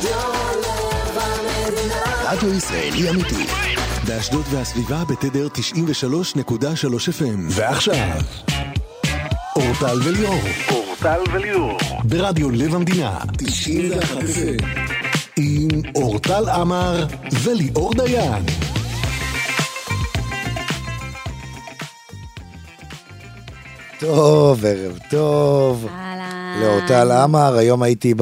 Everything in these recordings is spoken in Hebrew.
רדיו ישראלי אמיתי. באשדוד והסביבה בתדר 93.3 FM. ועכשיו, אורטל וליאור. אורטל וליאור. ברדיו לב המדינה 91 FM. עם אורטל אמר וליאור דיין. טוב, ערב טוב. לאורטל אמר, היום הייתי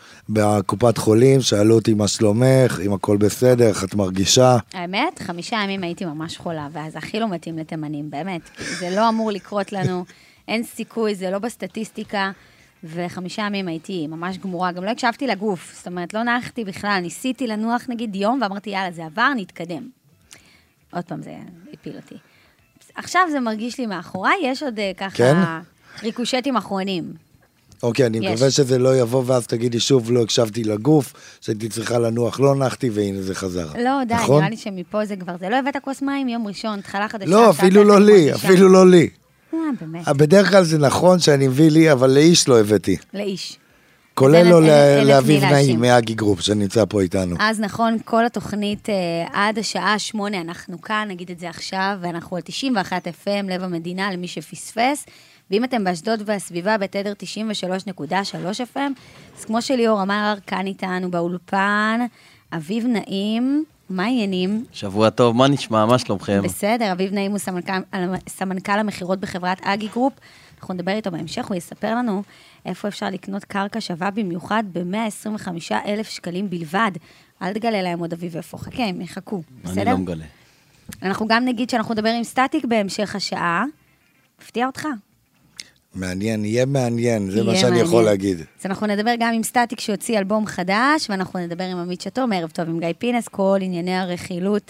בקופת חולים, שאלו אותי מה שלומך, אם הכל בסדר, איך את מרגישה? האמת, 5 ימים הייתי ממש חולה, ואז הכי לא מתאים לתימנים, באמת. זה לא אמור לקרות לנו, אין סיכוי, זה לא בסטטיסטיקה, ו5 ימים הייתי ממש גמורה, גם לא הקשבתי לגוף, זאת אומרת, לא נחתי בכלל, ניסיתי לנוח נגיד יום, ואמרתי, יאללה, זה עבר, נתקדם. עוד פעם זה הפיל אותי. עכשיו זה מרגיש לי מאחוריי, יש עוד ככה ריקושטים אחרונים. אוקיי, אני מקווה שזה לא יבוא, ואז תגידי שוב, לא הקשבתי לגוף, שהייתי צריכה לנוח, לא נחתי, והנה זה חזר. לא, די, נראה לי שמפה זה כבר, זה לא הבאת כוס מים, יום ראשון, התחלה חדשה. לא, אפילו לא לי, אפילו לא לי. באמת. בדרך כלל זה נכון שאני מביא לי, אבל לאיש לא הבאתי. לאיש. כולל לו לאביב נעים, מהגי גרופ, שנמצא פה איתנו. אז נכון, כל התוכנית עד השעה 8, אנחנו כאן, נגיד את זה עכשיו, ואנחנו על 91 FM, לב המדינה, למי שפספס. ואם אתם באשדוד והסביבה בתדר 93.3 FM, אז כמו שליאור אמר, כאן איתנו באולפן, אביב נעים, מה העניינים? שבוע טוב, מה נשמע? מה שלומכם? בסדר, אביב נעים הוא סמנכ"ל המחירות בחברת אגי גרופ, אנחנו נדבר איתו בהמשך, הוא יספר לנו איפה אפשר לקנות קרקע שווה במיוחד ב-125,000 שקלים בלבד. אל תגלה להם עוד אביב איפה, חכה, הם יחכו, בסדר? אני לא מגלה. אנחנו גם נגיד שאנחנו נדבר עם סטטיק בהמשך השעה, מפתיע אותך. מעניין, יהיה מעניין, זה מה שאני יכול להגיד. אז אנחנו נדבר גם עם סטטיק שיוציא אלבום חדש, ואנחנו נדבר עם עמית שטו, מערב טוב עם גיא פינס, כל ענייני הרכילות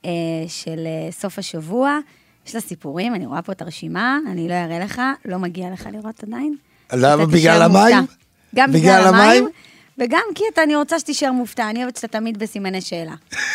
של סוף השבוע. יש לה סיפורים, אני רואה פה את הרשימה, אני לא אראה לך, לא מגיע לך לראות עדיין. למה? בגלל המים? גם בגלל המים, וגם כי אני רוצה שתישאר מופתע, אני אוהבת שאתה תמיד בסימני שאלה.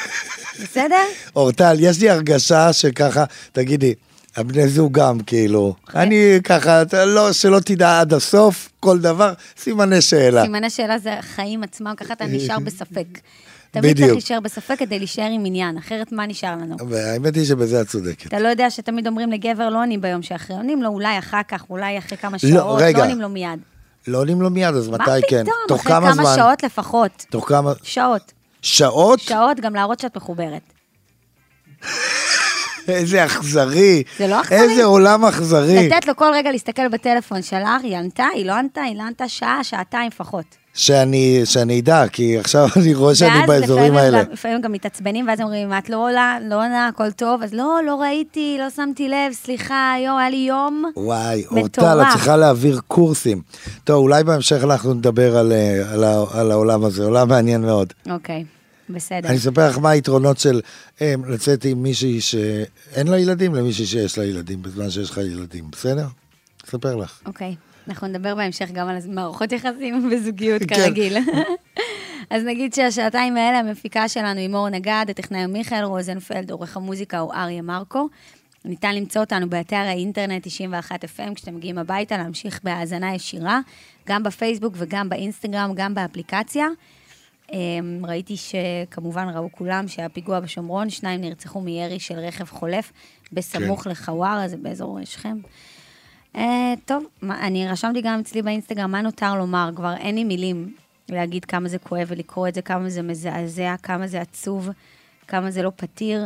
בסדר? אורטל, יש לי הרגשה שככה, תגידי, הבני זוג גם, כאילו, אני ככה, לא, שלא תדע עד הסוף, כל דבר, סימני שאלה. סימני שאלה זה החיים עצמם, ככה אתה נשאר בספק. תמיד צריך להישאר בספק כדי להישאר עם עניין, אחרת מה נשאר לנו? והאמת היא שבזה את צודקת. אתה לא יודע שתמיד אומרים לגבר לא עונים ביום שאחרי, עונים לו אולי אחר כך, אולי אחרי כמה שעות, לא עונים לו מיד. לא עונים לו מיד, אז מתי כן? מה פתאום? אחרי כמה שעות לפחות. תוך כמה? שעות. שעות? שעות, גם להראות שאת מחוברת. איזה אכזרי. זה לא אכזרי? איזה עולם אכזרי. לתת לו כל רגע להסתכל בטלפון שלך, היא ענתה, היא לא ענתה, היא לא ענתה שעה, שעתיים לפחות. שאני אדע, כי עכשיו אני רואה שאני באזורים האלה. ואז לפעמים גם מתעצבנים, ואז אומרים, את לא עולה, לא עונה, הכל טוב, אז לא ראיתי, לא שמתי לב, סליחה, היה לי יום מטורף. וואי, אורטל, את צריכה להעביר קורסים. טוב, אולי בהמשך אנחנו נדבר על העולם הזה, עולם מעניין מאוד. אוקיי. בסדר. אני אספר לך מה היתרונות של לצאת עם מישהי שאין לה ילדים, למישהי שיש לה ילדים, בזמן שיש לך ילדים, בסדר? אספר לך. אוקיי, אנחנו נדבר בהמשך גם על מערכות יחסים וזוגיות כרגיל. אז נגיד שהשעתיים האלה, המפיקה שלנו היא מור נגד, הטכנאי מיכאל רוזנפלד, עורך המוזיקה הוא אריה מרקו. ניתן למצוא אותנו באתר האינטרנט 91 FM, כשאתם מגיעים הביתה להמשיך בהאזנה ישירה, גם בפייסבוק וגם באינסטגרם, גם באפליקציה. ראיתי שכמובן ראו כולם שהיה פיגוע בשומרון, 2 נרצחו מירי של רכב חולף בסמוך לחווארה, זה באזור שכם. טוב, אני רשמתי גם אצלי באינסטגרם, מה נותר לומר? כבר אין לי מילים להגיד כמה זה כואב ולקרוא את זה, כמה זה מזעזע, כמה זה עצוב, כמה זה לא פתיר,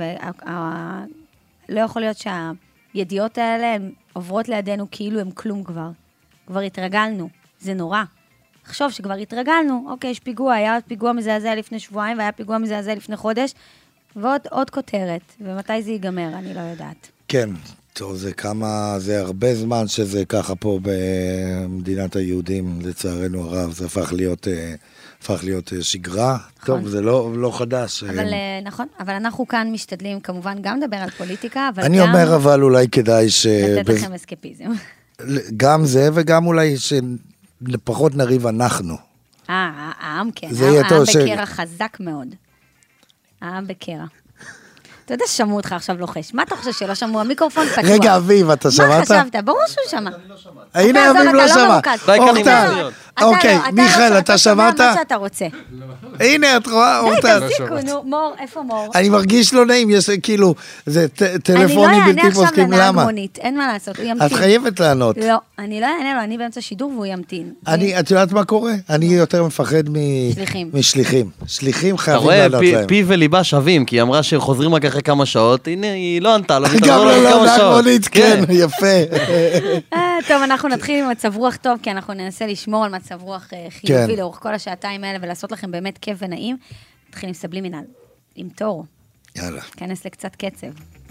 ולא יכול להיות שהידיעות האלה עוברות לידינו כאילו הם כלום כבר התרגלנו, זה נורא. חשוב שכבר התרגלנו, אוקיי, יש פיגוע, היה פיגוע מזעזע לפני שבועיים, והיה פיגוע מזעזע לפני חודש, ועוד כותרת, ומתי זה ייגמר, אני לא יודעת. כן, טוב, זה הרבה זמן שזה ככה פה במדינת היהודים, לצערנו הרב, זה הפך להיות שגרה, טוב, זה לא חדש. אבל נכון, אבל אנחנו כאן משתדלים כמובן גם לדבר על פוליטיקה, אבל אני אומר אבל אולי כדאי לתת לכם אסקפיזם. גם זה וגם אולי לפחות נריב אנחנו. העם כן, העם בקרע חזק מאוד. העם בקרע. אתה יודע ששמעו אותך עכשיו לוחש. מה אתה חושב שלא שמעו? המיקרופון פתוח. רגע, אביב, אתה שמעת? מה חשבת? ברור שהוא שמע. הנה, אביב לא שמע. אורטל, אוקיי, מיכאל, אתה שמעת? אתה שומע מה שאתה רוצה. הנה, את רואה, אורטל. תפסיקו, נו, מור, איפה מור? אני מרגיש לא נעים, יש כאילו, זה טלפונים בלתי פוסקים, אני לא אענה עכשיו למה? לנהג מונית, אין מה לעשות, הוא ימתין. את חייבת לענות. לא, אני לא אענה לו, אני באמצע שידור והוא ימתין. את יודעת מה קורה? אני יותר מפחד משליחים. שליחים חייבים לענות להם. אתה רואה, פי וליבה שווים, כי היא אמרה שחוזרים רק אחרי כמה שעות, הנה, היא לא ענתה לו, גם לא נהג מונית, כן, יפה. טוב, אנחנו נתחיל עם מצב רוח טוב, כי אנחנו ננסה לשמור על מצב רוח חיובי לאורך כל השעתיים האלה, ולעשות לכם באמת כיף ונעים. נתחיל עם סבלימינל, עם תור. יאללה. כנס לקצת קצב.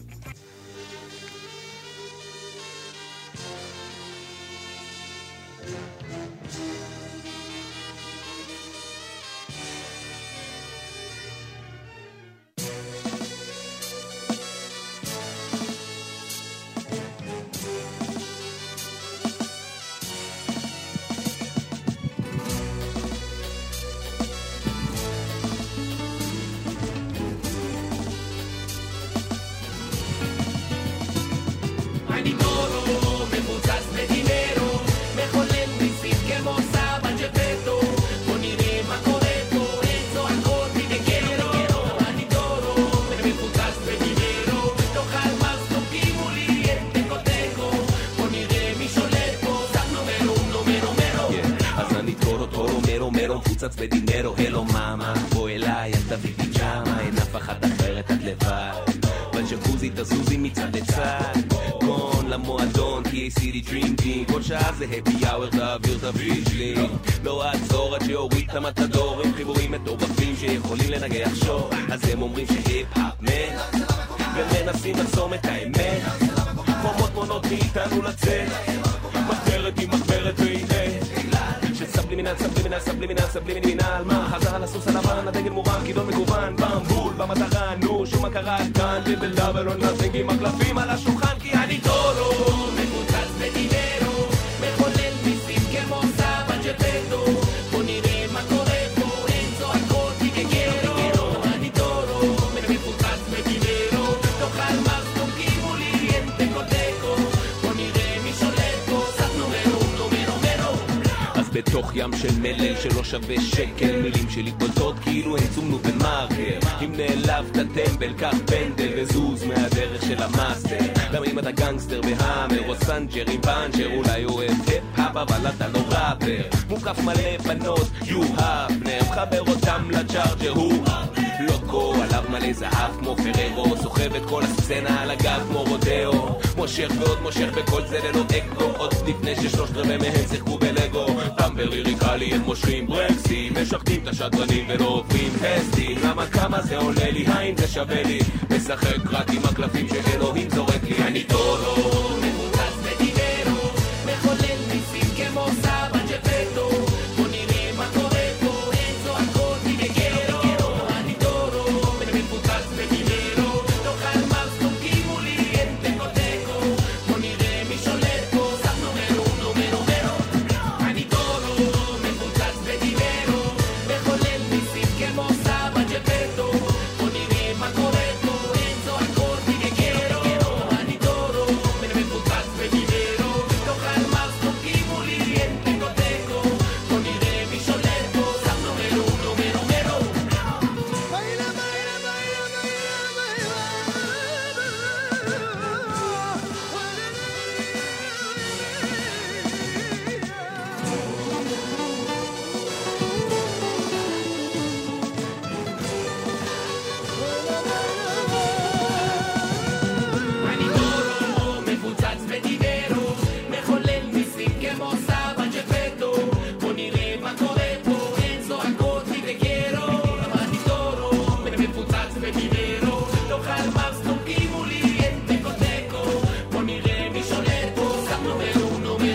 מפוצץ בדינרו, הלו מאמה, בוא אליי, אל תביא פיג'מה, אין אף אחת אחרת, את לבד. בג'קוזי תזוזי מצד לצד, גון למועדון, TACD דרימקינג, כל שעה זה happy hour, תעביר את הוויג'לי. לא עצור עד שיוריד את המתדור, עם חיבורים מטורפים שיכולים לנגח שור, אז הם אומרים שהיפ-האפ מת, ומנסים לחסום את האמת, כמו תמונות מאיתנו לצאת, מחברת עם מחברת והנה סבלימינל, מה? חזר על הסוס הלבן, הדגל מורם, כידון מגוון, במבול, במטרה, נו, שום הכרה כאן, בלבלה ולא נזנג עם הקלפים על השולחן, כי אני טורו, מפוצץ בדינרו, מחולל מיסים כמו סבא ג'פטו, בוא נראה מה קורה פה, אין צועקות, תגגרו, אני טורו, מפוצץ בדינרו, תאכל מרס, תוקימו לי, אין תקו, בוא נראה מי שולט פה, סף נומרו. אז בתוך ים של מלל שלא שווה שקל, מילים שלי בולטות כאילו הן צומנו במרקר. אם נעלבת טמבל, קח פנדל וזוז מהדרך של המאסטר. גם אם אתה גנגסטר בהאמר או סנג'ר עם פאנצ'ר, אולי אוהב היפ-האפ אבל אתה לא ראפר. מוקף מלא בנות, you-have, בניהם חבר אותם לצ'ארג'ר, הוא לוקו, עליו מלא זהב כמו פררו, סוחב את כל הסצנה על הגב כמו רודאו, מושך ועוד מושך וכל זה ללא אקו, עוד לפני ששלושת רבעי מהם שיחקו בלגו. טמבר ליריקלי הם מושכים ברקסים, משחקים את השטרנים ולא עוברים טסטים. למה כמה זה עולה לי, האם זה שווה לי משחק רק עם הקלפים שאלוהים זורק לי. אני טורו, מפוצץ בדינרו, מחולל מיסים כמו סבא ג'פטו, בוא נראה מה קורה פה, אין צועקות תגגרו, אני טורו, מפוצץ בדינרו, תאכל מרס, תוקימו לי, אין תקו, בוא נראה מי שולט פה, סף נומרו. אני טורו, מפוצץ בדינרו, מחולל מיסים כמו סבא ג'פטו, בוא נראה מה קורה פה, אין צועקות תגגרו, אני טורו, מפוצץ בדינרו, תאכל מרס, תוקימו לי, אין תקו, בוא נראה מי שולט פה, סף נומרו. אני טורו, מפוצץ בדינרו, מחולל מיסים כמו סבא ג'פטו, בוא נראה מה קורה פה, אין צועקות תגגרו, אני טורו, מפוצץ בדינרו, תאכל מרס, תוקימו לי, אין תקו, בוא נראה מי שולט פה, סף נומרו.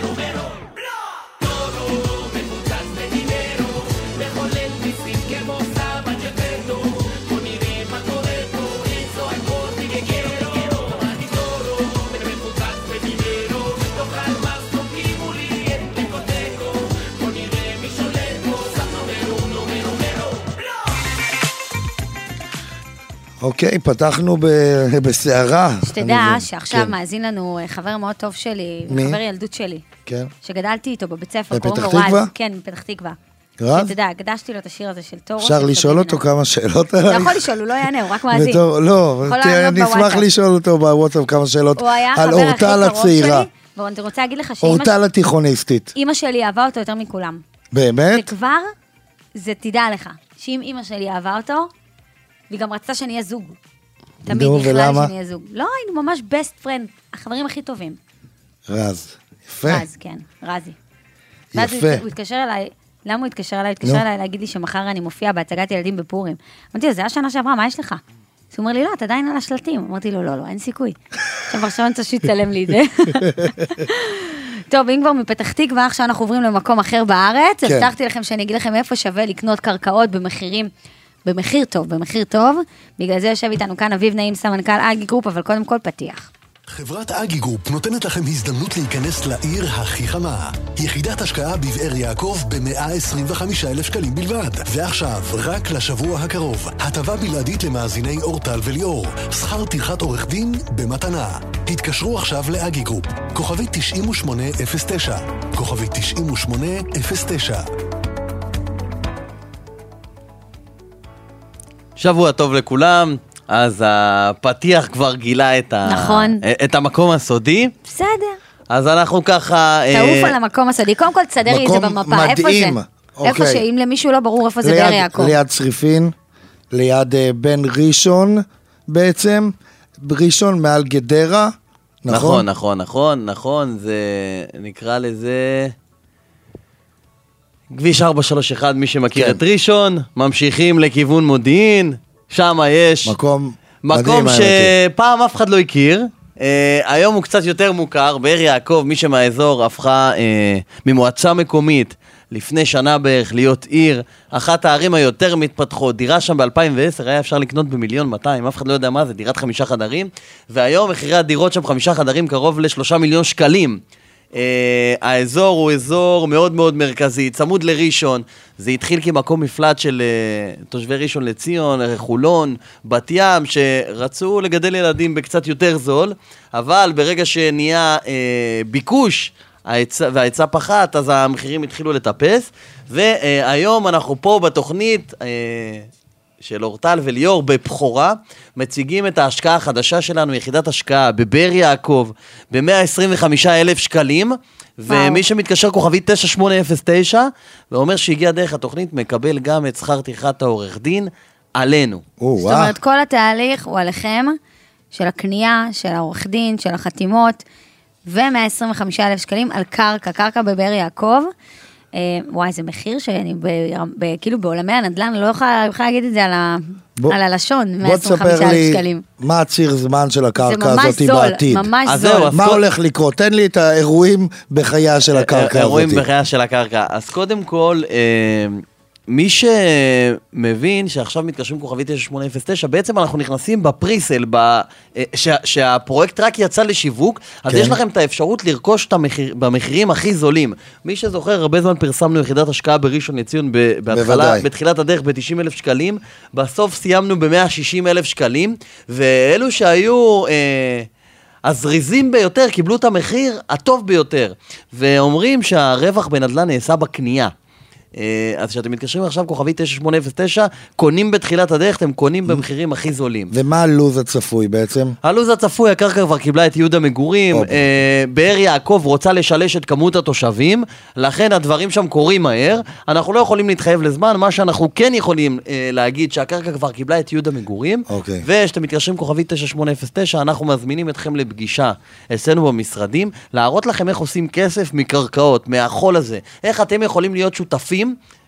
טורו, מפוצץ בדינרו, מחולל מיסים כמו סבא ג'פטו, בוא נראה מה קורה פה, אין צועקות תגגרו, אני טורו, מפוצץ בדינרו, תאכל מרס, תוקימו לי, אין תקו, בוא נראה מי שולט פה, סף נומרו. אוקיי, פתחנו בסערה. שתדע שעכשיו מאזין לנו חבר מאוד טוב שלי, חבר ילדות שלי. כן. שגדלתי איתו בבית ספר, בפתח תקווה? כן, בפתח תקווה. רז? אתה יודע, הקדשתי לו את השיר הזה של תורו. אפשר לשאול אותו כמה שאלות אתה יכול לשאול, הוא לא יענה, הוא רק מאזין. לא, אני אשמח לשאול אותו בוואטסאפ כמה שאלות על אורטל הצעירה. ואני רוצה להגיד לך אורטל התיכוניסטית. אמא שלי אהבה אותו יותר מכולם. באמת? וכבר, זה תדע לך, שאם אמא שלי אהבה אותו, והיא גם רצתה שאני אהיה זוג. תמיד בכלל שאני אהיה זוג. לא, היינו ממש best friend, החברים הכי טובים. רז, יפה. רז, כן, רזי. יפה. ואז הוא התקשר אליי, למה הוא התקשר אליי? הוא התקשר אליי להגיד לי שמחר אני מופיע בהצגת ילדים בפורים. אמרתי לו, זה השנה שעברה, מה יש לך? אז הוא אומר לי, לא, אתה עדיין על השלטים. אמרתי לו, לא, אין סיכוי. עכשיו אני צריך שיצלם לי את זה. טוב, אם כבר מפתח תקווה, עכשיו אנחנו עוברים למקום אחר בארץ, הבטחתי לכם שאני אגיד לכם איפה שווה לקנות קרקעות במחיר טוב. בגלל זה יושב איתנו כאן אביב נעים, סמנכ"ל אגי גרופ, אבל קודם כל פתיח. חברת אגי גרופ נותנת לכם הזדמנות להיכנס לעיר הכי חמה. יחידת השקעה בבאר יעקב ב-125,000 שקלים בלבד. ועכשיו, רק לשבוע הקרוב, הטבה בלעדית למאזיני אורטל וליאור. שכר טרחת עורך דין במתנה. התקשרו עכשיו לאגי גרופ. כוכבי 9809. כוכבי 9809. שבוע טוב לכולם. אז הפתיח כבר גילה נכון. את המקום הסודי. בסדר. אז אנחנו ככה... תעוף על המקום הסודי. קודם כל תסדר לי את זה במפה. איפה זה? איפה שאם למישהו לא ברור איפה זה באר יעקב. ליד צריפין, ליד בן ראשון בעצם. ראשון מעל גדרה. נכון. זה נקרא לזה... כביש 431, מי שמכיר את ראשון. ממשיכים לכיוון מודיעין. שם יש מקום שפעם אף אחד לא הכיר, היום הוא קצת יותר מוכר, באר יעקב, מי שמהאזור הפכה ממועצה מקומית לפני שנה בערך להיות עיר, אחת הערים היותר מתפתחות, דירה שם ב-2010 היה אפשר לקנות ב1,200,000, אף אחד לא יודע מה זה, דירת 5 חדרים, והיום מחירי הדירות שם 5 חדרים קרוב ל3 מיליון שקלים. האזור הוא אזור מאוד מאוד מרכזי, צמוד לראשון, זה התחיל כמקום מפלט של תושבי ראשון לציון, חולון, בת ים, שרצו לגדל ילדים בקצת יותר זול, אבל ברגע שנהיה ביקוש וההיצע פחת, אז המחירים התחילו לטפס, והיום אנחנו פה בתוכנית של אורטל וליאור בבחורה, מציגים את ההשקעה החדשה שלנו, יחידת השקעה בבאר יעקב, ב125,000 שקלים, ומי שמתקשר כוכבי 9809, ואומר שהגיע דרך התוכנית, מקבל גם את שכר טרחת העורך דין עלינו. זאת אומרת, כל התהליך הוא עליכם, של הקנייה, של העורך דין, של החתימות, ו125,000 שקלים על קרקע בבאר יעקב, וואי, זה מחיר שאני כאילו בעולמי הנדל"ן לא יכולה להגיד את זה על הלשון, 125,000 שקלים. מה הציר זמן של הקרקע הזאת בעתיד? זה ממש זול. מה הולך לקרות? תן לי את האירועים בחייה של הקרקע הזאת. אירועים בחייה של הקרקע. אז קודם כל, מי שמבין שעכשיו מתקשרים כוכבי 9809, בעצם אנחנו נכנסים בפריסל, שהפרויקט רק יצא לשיווק, אז יש לכם את האפשרות לרכוש במחירים הכי זולים. מי שזוכר, הרבה זמן פרסמנו יחידת השקעה בראשון לציון, בתחילת הדרך ב90,000 שקלים, בסוף סיימנו ב160,000 שקלים, ואלו שהיו... הזריזים ביותר קיבלו את המחיר הטוב ביותר, ואומרים שהרווח בנדל"ן נעשה בקנייה. אז כשאתם מתקשרים עכשיו כוכבי 9809, קונים בתחילת הדרך, אתם קונים במחירים הכי זולים. ומה הלוז הצפוי בעצם? הלוז הצפוי, הקרקע כבר קיבלה את ייעוד המגורים, באר יעקב רוצה לשלש את כמות התושבים, לכן הדברים שם קורים מהר, אנחנו לא יכולים להתחייב לזמן, מה שאנחנו כן יכולים להגיד שהקרקע כבר קיבלה את ייעוד המגורים, ושאתם מתקשרים כוכבי 9809, אנחנו מזמינים אתכם לפגישה אצלנו במשרדים, להראות לכם איך עושים כסף מקרקעות, מהחול הזה, איך אתם יכולים להיות שותפים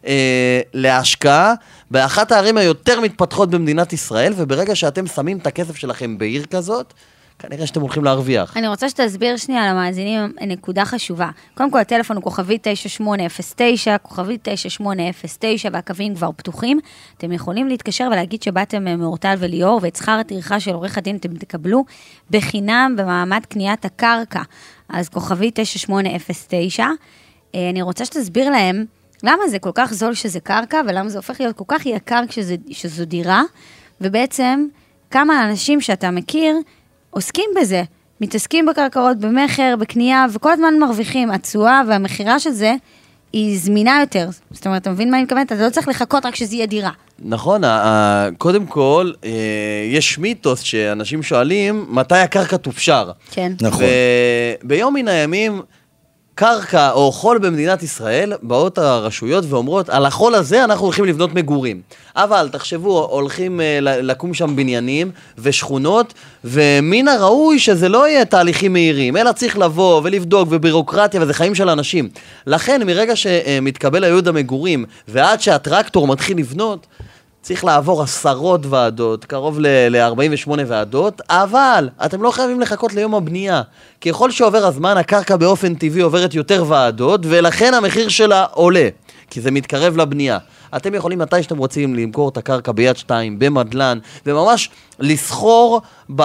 להשקעה באחת הערים היותר מתפתחות במדינת ישראל, וברגע שאתם שמים את הכסף שלכם בעיר כזאת, כנראה שאתם הולכים להרוויח. אני רוצה שתסביר שנייה למאזינים נקודה חשובה. קודם כל, הטלפון הוא כוכבי 9809, כוכבי 9809, והקווים כבר פתוחים. אתם יכולים להתקשר ולהגיד שבאתם מאורטל וליאור, ואת שכר הטרחה של עורך הדין אתם תקבלו בחינם במעמד קניית הקרקע. אז כוכבי 9809. אני רוצה שתסביר להם למה זה כל כך זול שזה קרקע, ולמה זה הופך להיות כל כך יקר שזו דירה, ובעצם כמה אנשים שאתה מכיר עוסקים בזה, מתעסקים בקרקעות, במחר, בקנייה, וכל הזמן מרוויחים. התשואה והמחירה של זה היא זמינה יותר. זאת אומרת, אתה מבין מה אני מתכוונת? אתה לא צריך לחכות רק שזה יהיה דירה. נכון, קודם כל, יש מיתוס שאנשים שואלים, מתי הקרקע תופשר? כן. נכון. וביום מן הימים, קרקע או חול במדינת ישראל, באות הרשויות ואומרות, על החול הזה אנחנו הולכים לבנות מגורים. אבל תחשבו, הולכים לקום שם בניינים ושכונות, ומן הראוי שזה לא יהיה תהליכים מהירים, אלא צריך לבוא ולבדוק ובירוקרטיה, וזה חיים של אנשים. לכן, מרגע שמתקבל הייעוד המגורים, ועד שהטרקטור מתחיל לבנות, צריך לעבור 10 ועדות, קרוב ל-48 ועדות, אבל אתם לא חייבים לחכות ליום הבנייה. ככל שעובר הזמן, הקרקע באופן טבעי עוברת יותר ועדות, ולכן המחיר שלה עולה, כי זה מתקרב לבנייה. אתם יכולים מתי שאתם רוצים למכור את הקרקע ביד 2, במדלן, וממש לסחור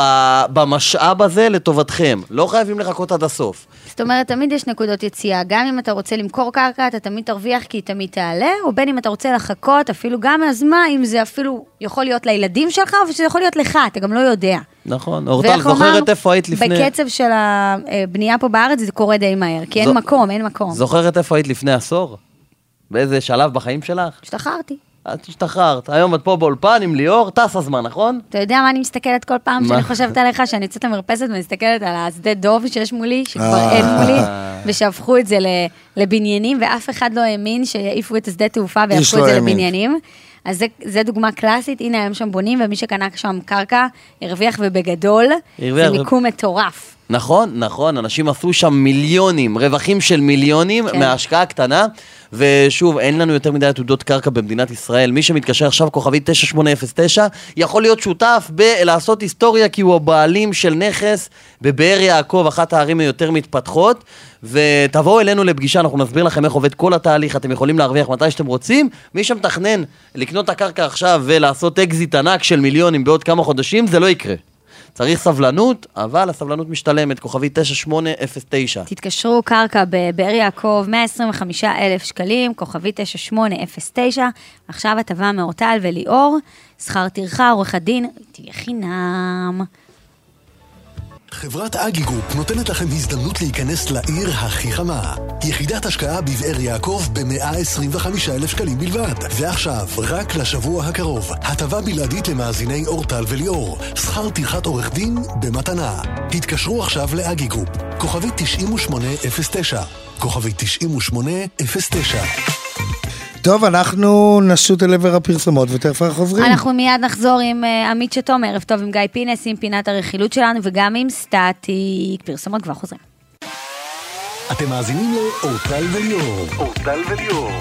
במשאב הזה לטובתכם. לא חייבים לחכות עד הסוף. זאת אומרת, תמיד יש נקודות יציאה. גם אם אתה רוצה למכור קרקע, אתה תמיד תרוויח כי היא תמיד תעלה, או בין אם אתה רוצה לחכות, אפילו גם אז מה, אם זה אפילו יכול להיות לילדים שלך, או שזה יכול להיות לך, אתה גם לא יודע. נכון. אורטל, זוכרת איפה היית לפני... בקצב של הבנייה פה בארץ זה קורה די מהר, כי אין מקום, אין מקום. זוכרת איפה היית לפני עשור? באיזה שלב בחיים שלך? השתחררתי. את השתחררת. היום את פה באולפן עם ליאור, טס הזמן, נכון? אתה יודע מה אני מסתכלת כל פעם שאני חושבת עליך, שאני יוצאת למרפסת ומסתכלת על השדה דוב שיש מולי, שכבר אין מולי, ושהפכו את זה לבניינים, ואף אחד לא האמין שיעיפו את השדה תעופה ויהפכו את זה לבניינים. אז זה דוגמה קלאסית, הנה הם שם בונים, ומי שקנה שם קרקע הרוויח ובגדול, זה מיקום מטורף. נכון, נכון, אנשים עשו שם מיליונים, רווחים של מיליונים מההשקעה הקטנה, ושוב, אין לנו יותר מדי עתודות קרקע במדינת ישראל. מי שמתקשר עכשיו, כוכבית 9809, יכול להיות שותף בלעשות היסטוריה, כי הוא הבעלים של נכס בבאר יעקב, אחת הערים היותר מתפתחות, ותבואו אלינו לפגישה, אנחנו נסביר לכם איך עובד כל התהליך, אתם יכולים להרוויח מתי שאתם רוצים. מי שמתכנן לקנות את הקרקע עכשיו ולעשות אקזיט ענק של מיליונים בעוד כמה חודשים, זה לא יקרה. צריך סבלנות, אבל הסבלנות משתלמת, כוכבית 9809. תתקשרו קרקע בבאר יעקב, 125,000 שקלים, כוכבית 9809, עכשיו הטבה מאורטל וליאור, שכר טרחה, עורך הדין, תהיה חינם. חברת אגי גרופ נותנת לכם הזדמנות להיכנס לעיר הכי חמה. יחידת השקעה בבאר יעקב ב-125,000 שקלים בלבד. ועכשיו, רק לשבוע הקרוב, הטבה בלעדית למאזיני אורטל וליאור. שכר טרחת עורך דין במתנה. התקשרו עכשיו לאגי גרופ. כוכבית 9809. כוכבית 9809. טוב, אנחנו נשוט אל עבר הפרסומות ותכף אנחנו חוזרים. אנחנו מיד נחזור עם עמית שתום, ערב טוב עם גיא פינס, עם פינת הרכילות שלנו וגם עם סטטיק. פרסומות כבר חוזרים. אתם מאזינים לאורטל וליאור. אורטל וליאור.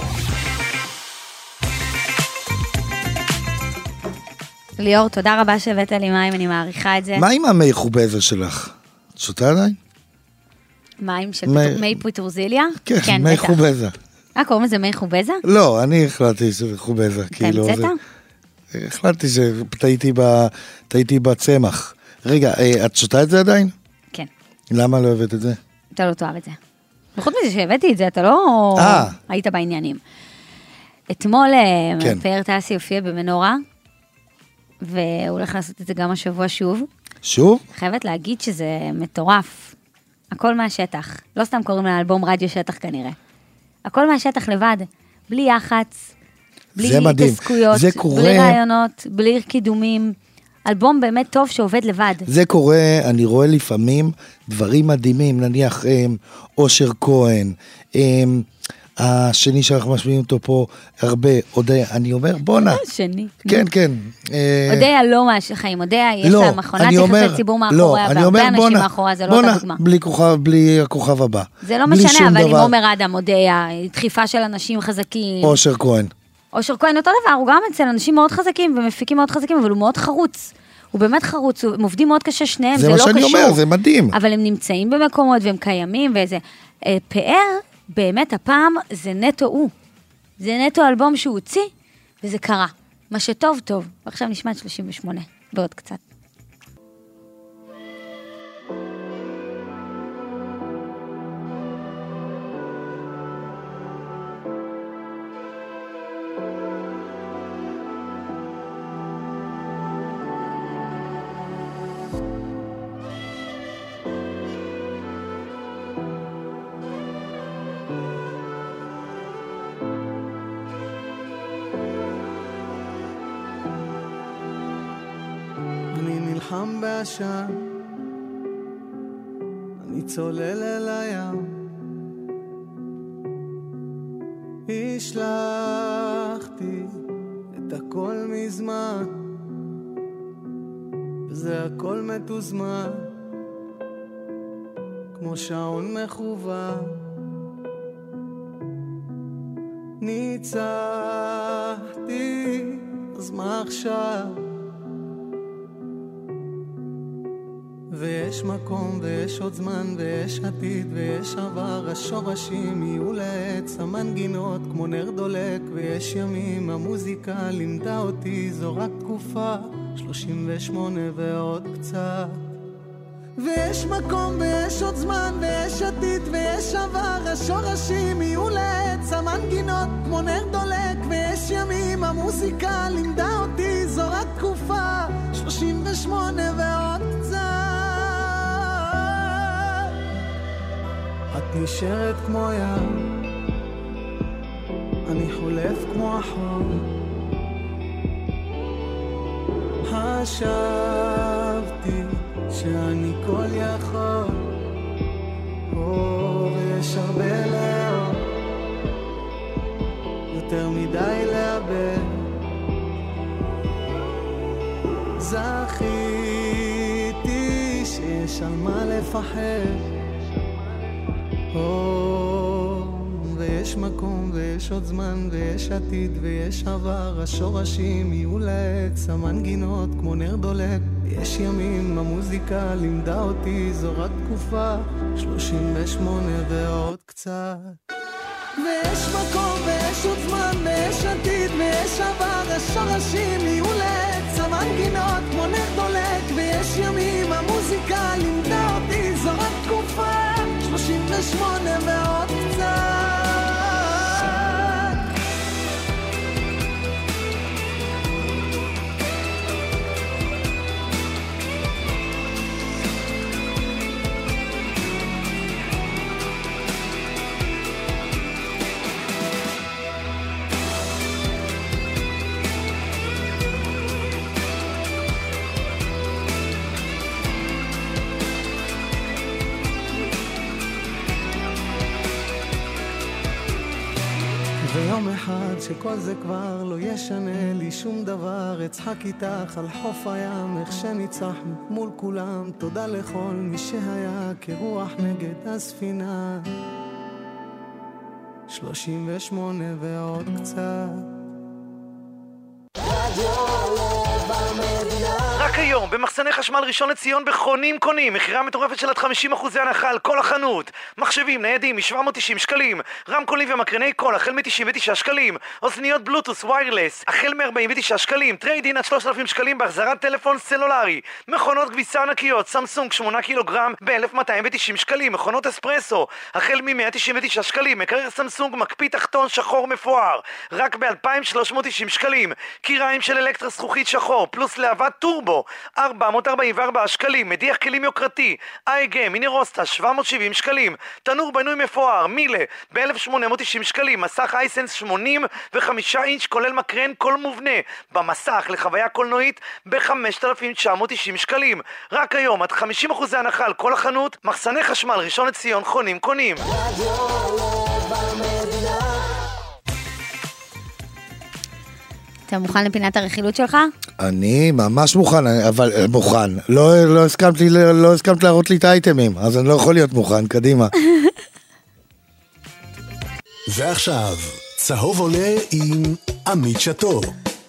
ליאור, תודה רבה שהבאת לי מים, אני מעריכה את זה. מה עם המי חובזה שלך? שותה עדיין? מים של מי פוטרוזיליה? כן, מי חובזה. קוראים לזה מי חובזה? לא, אני החלטתי שזה חובזה. אתה המצאת? החלטתי שטעיתי בצמח. רגע, את שותה את זה עדיין? כן. למה לא הבאת את זה? אתה לא תאהב את זה. וחוץ מזה שהבאתי את זה, אתה לא היית בעניינים. אתמול פאר טסי הופיע במנורה, והוא הולך לעשות את זה גם השבוע שוב. שוב? חייבת להגיד שזה מטורף. הכל מהשטח. לא סתם קוראים לאלבום רדיו שטח כנראה. הכל מהשטח לבד, בלי יחץ, בלי התעסקויות, בלי רעיונות, בלי קידומים. אלבום באמת טוב שעובד לבד. זה קורה, אני רואה לפעמים דברים מדהימים, נניח אושר כהן, השני שאנחנו משמיעים אותו פה הרבה, אודיה, אני אומר בונה. השני. כן, כן. אודיה לא מהחיים, אודיה יש לה מכונת יחסי ציבור מאחוריה, והרבה אנשים מאחוריה, זה לא אותה דוגמה. בלי הכוכב הבא. זה לא משנה, אבל עם עומר אדם, אודיה, דחיפה של אנשים חזקים. אושר כהן. אושר כהן אותו דבר, הוא גם אצל אנשים מאוד חזקים, ומפיקים מאוד חזקים, אבל הוא מאוד חרוץ. הוא באמת חרוץ, הם עובדים מאוד קשה שניהם, זה לא קשור. זה מה שאני אומר, זה מדהים. אבל הם נמצאים במקומות, והם קיימים, וזה... פאר, באמת הפעם זה נטו הוא. זה נטו אלבום שהוא הוציא, וזה קרה. מה שטוב טוב. ועכשיו נשמע את 38, בעוד קצת. חם בעשן, אני צולל אל הים, השלחתי את הכל מזמן, וזה הכל מתוזמן, כמו שעון מכוון. ניצחתי, אז מה עכשיו? ויש מקום ויש עוד זמן ויש עתיד ויש עבר, השורשים יהיו לעץ, המנגינות כמו נר דולק, ויש ימים, המוזיקה לימדה אותי, זו רק תקופה, 38 ועוד קצת. ויש מקום ויש עוד זמן ויש עתיד ויש עבר, השורשים יהיו לעץ, המנגינות כמו נר דולק, ויש ימים, המוזיקה לימדה אותי, זו רק תקופה, 38 ועוד קצת. את נשארת כמו ים, אני חולף כמו החול, חשבתי שאני כל יכול, ויש הרבה לאור, יותר מדי לאבד, זכיתי שיש על מה לפחד, ויש מקום ויש עוד זמן ויש עתיד ויש עבר, השורשים יהיו לעץ, המנגינות כמו נר דולק, יש ימים, המוזיקה לימדה אותי, זו רק תקופה, 38 ועוד קצת. ויש מקום ויש עוד זמן ויש עתיד ויש עבר, השורשים יהיו לעץ, המנגינות כמו נר דולק, ויש ימים, המוזיקה לימדה אותי, זו רק תקופה, 38 ועוד קצת. ויום אחד שכל זה כבר לא ישנה לי שום דבר, אצחק איתך על חוף הים, איך שניצחנו מול כולם, תודה לכל מי שהיה כרוח נגד הספינה, 38 ועוד קצת. רק היום, במחסני חשמל ראשון לציון בחונים קונים, מחירה מטורפת של עד 50% הנחה על כל החנות. מחשבים ניידים מ-790 שקלים, רמקולים ומקרני קול החל מ-99 שקלים, אוזניות בלוטוס ויירלס החל מ-49 שקלים, טריידין עד 3,000 שקלים בהחזרת טלפון סלולרי, מכונות כביסה ענקיות, סמסונג 8 קילוגרם ב-1290 שקלים, מכונות אספרסו החל מ-199 שקלים, מקרר סמסונג מקפיא תחתון שחור מפואר רק ב-2,390 שקלים, קיריים של אלקטרה זכוכית שחור פלוס להבת טורבו 444 שקלים, מדיח כלים יוקרתי אייגה מיני רוסטה 770 שקלים, תנור בנוי מפואר מילה ב-1890 שקלים, מסך אייסנס 85 אינץ' כולל מקרן קול מובנה במסך לחוויה קולנועית ב-5,990 שקלים. רק היום עד 50% הנחה על כל החנות. מחסני חשמל ראשון לציון, חונים קונים. אתה מוכן לפינת הרכילות שלך? אני ממש מוכן, אבל מוכן. לא הסכמת להראות לי את האייטמים, אז אני לא יכול להיות מוכן, קדימה. ועכשיו, צהוב עולה עם עמית שטו.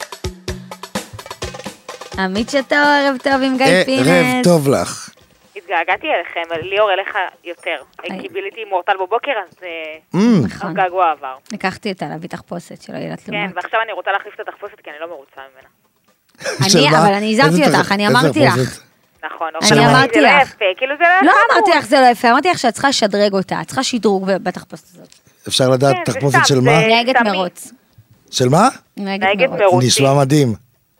עמית שטו, ערב טוב עם גיא פינס. ערב טוב לך. התגעגעתי אליכם, ליאור אליך יותר. כי ביליתי מורטל בבוקר, אז געגוע עבר. לקחתי אותה להביא תחפושת שלא יהיה לה תלונות. כן, ועכשיו אני רוצה להחליף את התחפושת, כי אני לא מרוצה ממנה. אבל אני הזרתי אותך, אני אמרתי לך. נכון, אני אמרתי לך. כאילו זה לא לא אמרתי לך זה לא יפה, אמרתי לך שאת צריכה לשדרג אותה, את צריכה שדרוג בתחפושת הזאת. אפשר לדעת תחפושת של מה? נהגת מרוץ. של מה? נהגת מרוץ. נשמע מדהים.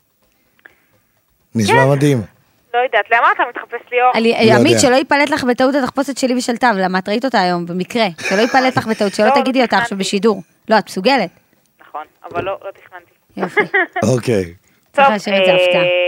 נשמע מדהים. לא יודעת, למה אתה מתחפש ליאור? עמית, שלא ייפלט לך בטעות התחפושת שלי ושל תו, למה את ראית אותה היום במקרה, שלא ייפלט לך בטעות, שלא תגידי אותה עכשיו בשידור. לא, את מסוגלת. נכון, אבל לא תכננתי. יופי. אוקיי. טוב,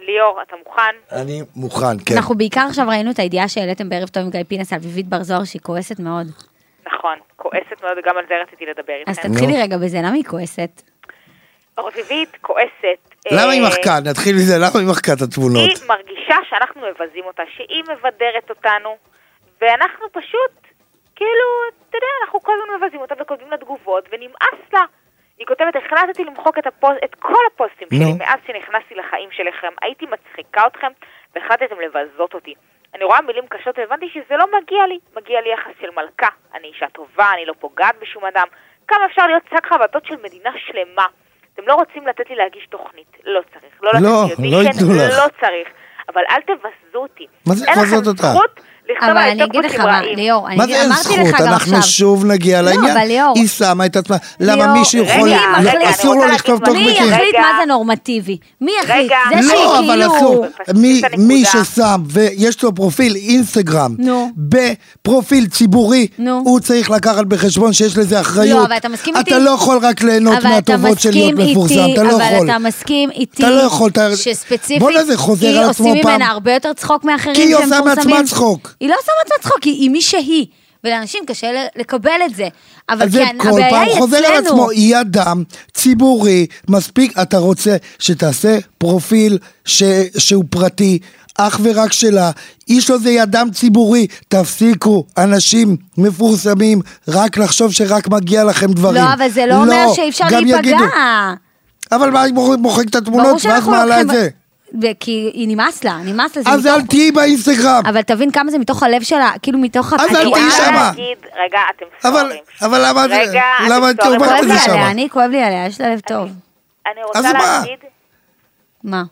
ליאור, אתה מוכן? אני מוכן, כן. אנחנו בעיקר עכשיו ראינו את הידיעה שהעליתם בערב טוב עם גיא פינס על אביבית בר זוהר, שהיא כועסת מאוד. נכון, כועסת מאוד, וגם על זה רציתי לדבר איתכם. אז תתחילי רגע בזה, למה היא כועסת? אביבית כועסת. למה היא מחקה? נתחיל מזה, למה היא מחקה את התמונות? היא מרגישה שאנחנו מבזים אותה, שהיא מבדרת אותנו, ואנחנו פשוט, כאילו, אתה יודע, אנחנו כל הזמן מבזים אותה וכותבים לה תגובות, ונמאס לה. היא כותבת, החלטתי למחוק את כל הפוסטים שלי, מאז שנכנסתי לחיים שלכם, הייתי מצחיקה אתכם, והחלטתם לבזות אותי. אני רואה מילים קשות, והבנתי שזה לא מגיע לי. מגיע לי יחס של מלכה. אני אישה טובה, אני לא פוגעת בשום אדם. כמה אפשר להיות שק חבטות של מדינה שלמה? אתם לא רוצים לתת לי להגיש תוכנית. לא צריך. לא לתת לי אודישן, לא צריך. אבל אל תבזו אותי. מה זה לבזות אותה? אין לכם זכות אבל אני אגיד לך מה, ליאור, מה זה אין זכות? אנחנו שוב נגיע לעניין. היא שמה את עצמה. למה מישהו יכול... אסור לו לכתוב טוקבקים. מי יחליט מה זה נורמטיבי? מי יחליט? לא, אבל אסור. מי ששם ויש לו פרופיל אינסטגרם בפרופיל ציבורי, הוא צריך לקחת בחשבון שיש לזה אחריות. לא, אבל אתה מסכים איתי? אתה לא יכול רק ליהנות מהטובות של להיות מפורסם. אתה לא יכול. אבל אתה מסכים איתי שספציפית היא עושים ממנה הרבה יותר צחוק מאחרים שהם מפורסמים. כי היא עושה מעצמה צחוק. היא לא עושה מעצמה צחוק, היא מי שהיא, ולאנשים קשה לקבל את זה. אבל זה כל פעם חוזר על עצמו, היא אדם ציבורי, מספיק, אתה רוצה שתעשה פרופיל שהוא פרטי, אך ורק שלה, איש לו זה אדם ציבורי, תפסיקו, אנשים מפורסמים, רק לחשוב שרק מגיע לכם דברים. לא, אבל זה לא אומר שאי אפשר להיפגע. אבל מה, היא מוחק את התמונות, ואז מעלה את זה. כי היא נמאס לה. אז אל תהיי באינסטגרם. אבל תבין כמה זה מתוך הלב שלה, כאילו מתוך... אז אל תהיי שמה. רגע, אתם ספורים. אבל למה את אומרת את זה שמה? אני כואב לי עליה, יש לה לב טוב. אני רוצה להגיד... מה?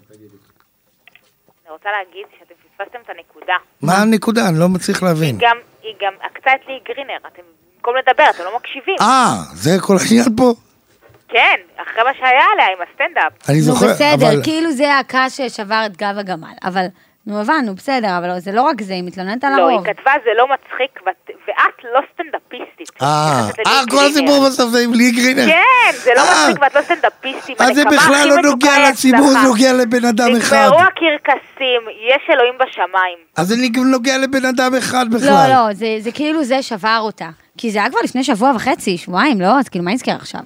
אני רוצה להגיד שאתם פספסתם את הנקודה. מה הנקודה? אני לא מצליח להבין. היא גם עקצה לי גרינר. אתם במקום לדבר, אתם לא מקשיבים. זה כל העניין פה? כן, אחרי מה שהיה עליה עם הסטנדאפ. אני זוכר, אבל... בסדר, כאילו זה הקש ששבר את גב הגמל, אבל, נו הבנו, בסדר, אבל זה לא רק זה, היא מתלוננת על הרוב. לא, היא כתבה, זה לא מצחיק, ואת לא סטנדאפיסטית. כל הסיפור בסוף זה עם לי גרינר. כן, זה לא מצחיק ואת לא סטנדאפיסטית. אז זה בכלל לא נוגע לציבור, זה נוגע לבן אדם אחד. נגמרו הקרקסים, יש אלוהים בשמיים. אז זה נוגע לבן אדם אחד בכלל. לא, זה כאילו זה שבר אותה. כי זה היה כבר לפני שבוע וחצי, שבועיים, לא? אז כאילו מה נזכר עכשיו?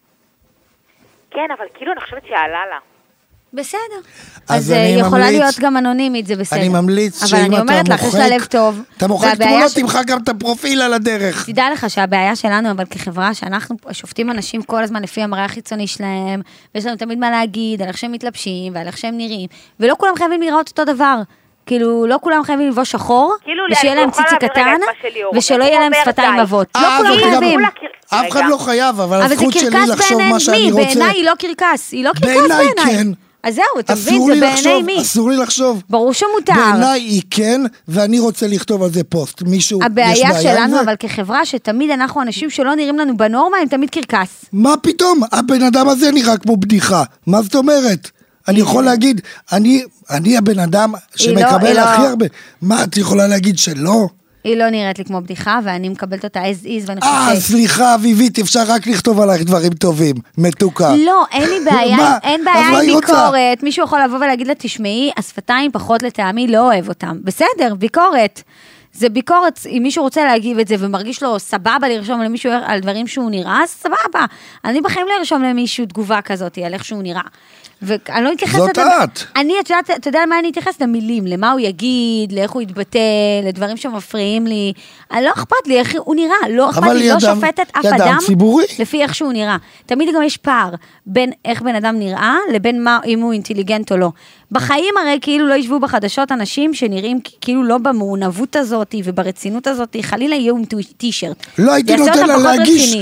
כן, אבל כאילו אני חושבת שעלה לה. בסדר. אז יכולה להיות גם אנונימית, זה בסדר. אני ממליץ שאם אתה מוחק, אתה מוחק תמונות, תמחק גם את הפרופיל על הדרך. תדע לך שהבעיה שלנו, אבל כחברה, שאנחנו שופטים אנשים כל הזמן לפי המראה החיצוני שלהם, ויש לנו תמיד מה להגיד על איך שהם מתלבשים ועל איך שהם נראים, ולא כולם חייבים לראות אותו דבר. כאילו, לא כולם חייבים לבוא שחור, ושיהיה להם ציצי קטן, ושלא יהיה להם שפתיים אבות. לא כולם חייבים. אף אחד לא חייב, אבל הזכות שלי לחשוב מה שאני רוצה. בעיניי היא לא קרקס, היא לא קרקס בעיניי. כן. אז זהו, אתה מבין, זה בעיניי מי? אסור לי לחשוב. ברור שמותר. בעיניי היא כן, ואני רוצה לכתוב על זה פוסט. מישהו, יש בעיה עם זה? הבעיה שלנו, אבל כחברה, שתמיד אנחנו אנשים שלא נראים לנו בנורמה, הם תמיד קרקס. מה פתאום? הבן אדם הזה נראה כמו בדיחה. מה זאת אומרת? אני יכול להגיד, אני הבן אדם שמקבל הכי הרבה. מה, את יכולה להגיד שלא? היא לא נראית לי כמו בדיחה, ואני מקבלת אותה as is, ואני חושבת... סליחה, אביבית, אפשר רק לכתוב עלייך דברים טובים, מתוקה. לא, אין לי בעיה, אין בעיה עם ביקורת. מישהו יכול לבוא ולהגיד לה, תשמעי, השפתיים פחות לטעמי, לא אוהב אותם. בסדר, ביקורת. זה ביקורת, אם מישהו רוצה להגיב את זה, ומרגיש לו סבבה לרשום למישהו על דברים שהוא נראה, סבבה. אני בחיים לא ארשום למישהו תגובה כזאת, על איך שהוא נראה. ואני לא אתייחס... זאת את. אתה יודע למה אני אתייחס? למילים, למה הוא יגיד, לאיך הוא יתבטא, לדברים שמפריעים לי. לא אכפת לי איך הוא נראה, לא אכפת לי, לא שופטת אף אדם לפי איך שהוא נראה. תמיד גם יש פער בין איך בן אדם נראה, לבין מה, אם הוא אינטליגנט או לא. בחיים הרי כאילו לא ישבו בחדשות אנשים שנראים כאילו לא במעונבות הזאת וברצינות הזאת, חלילה יהיו עם טישרט. לא הייתי נותן לה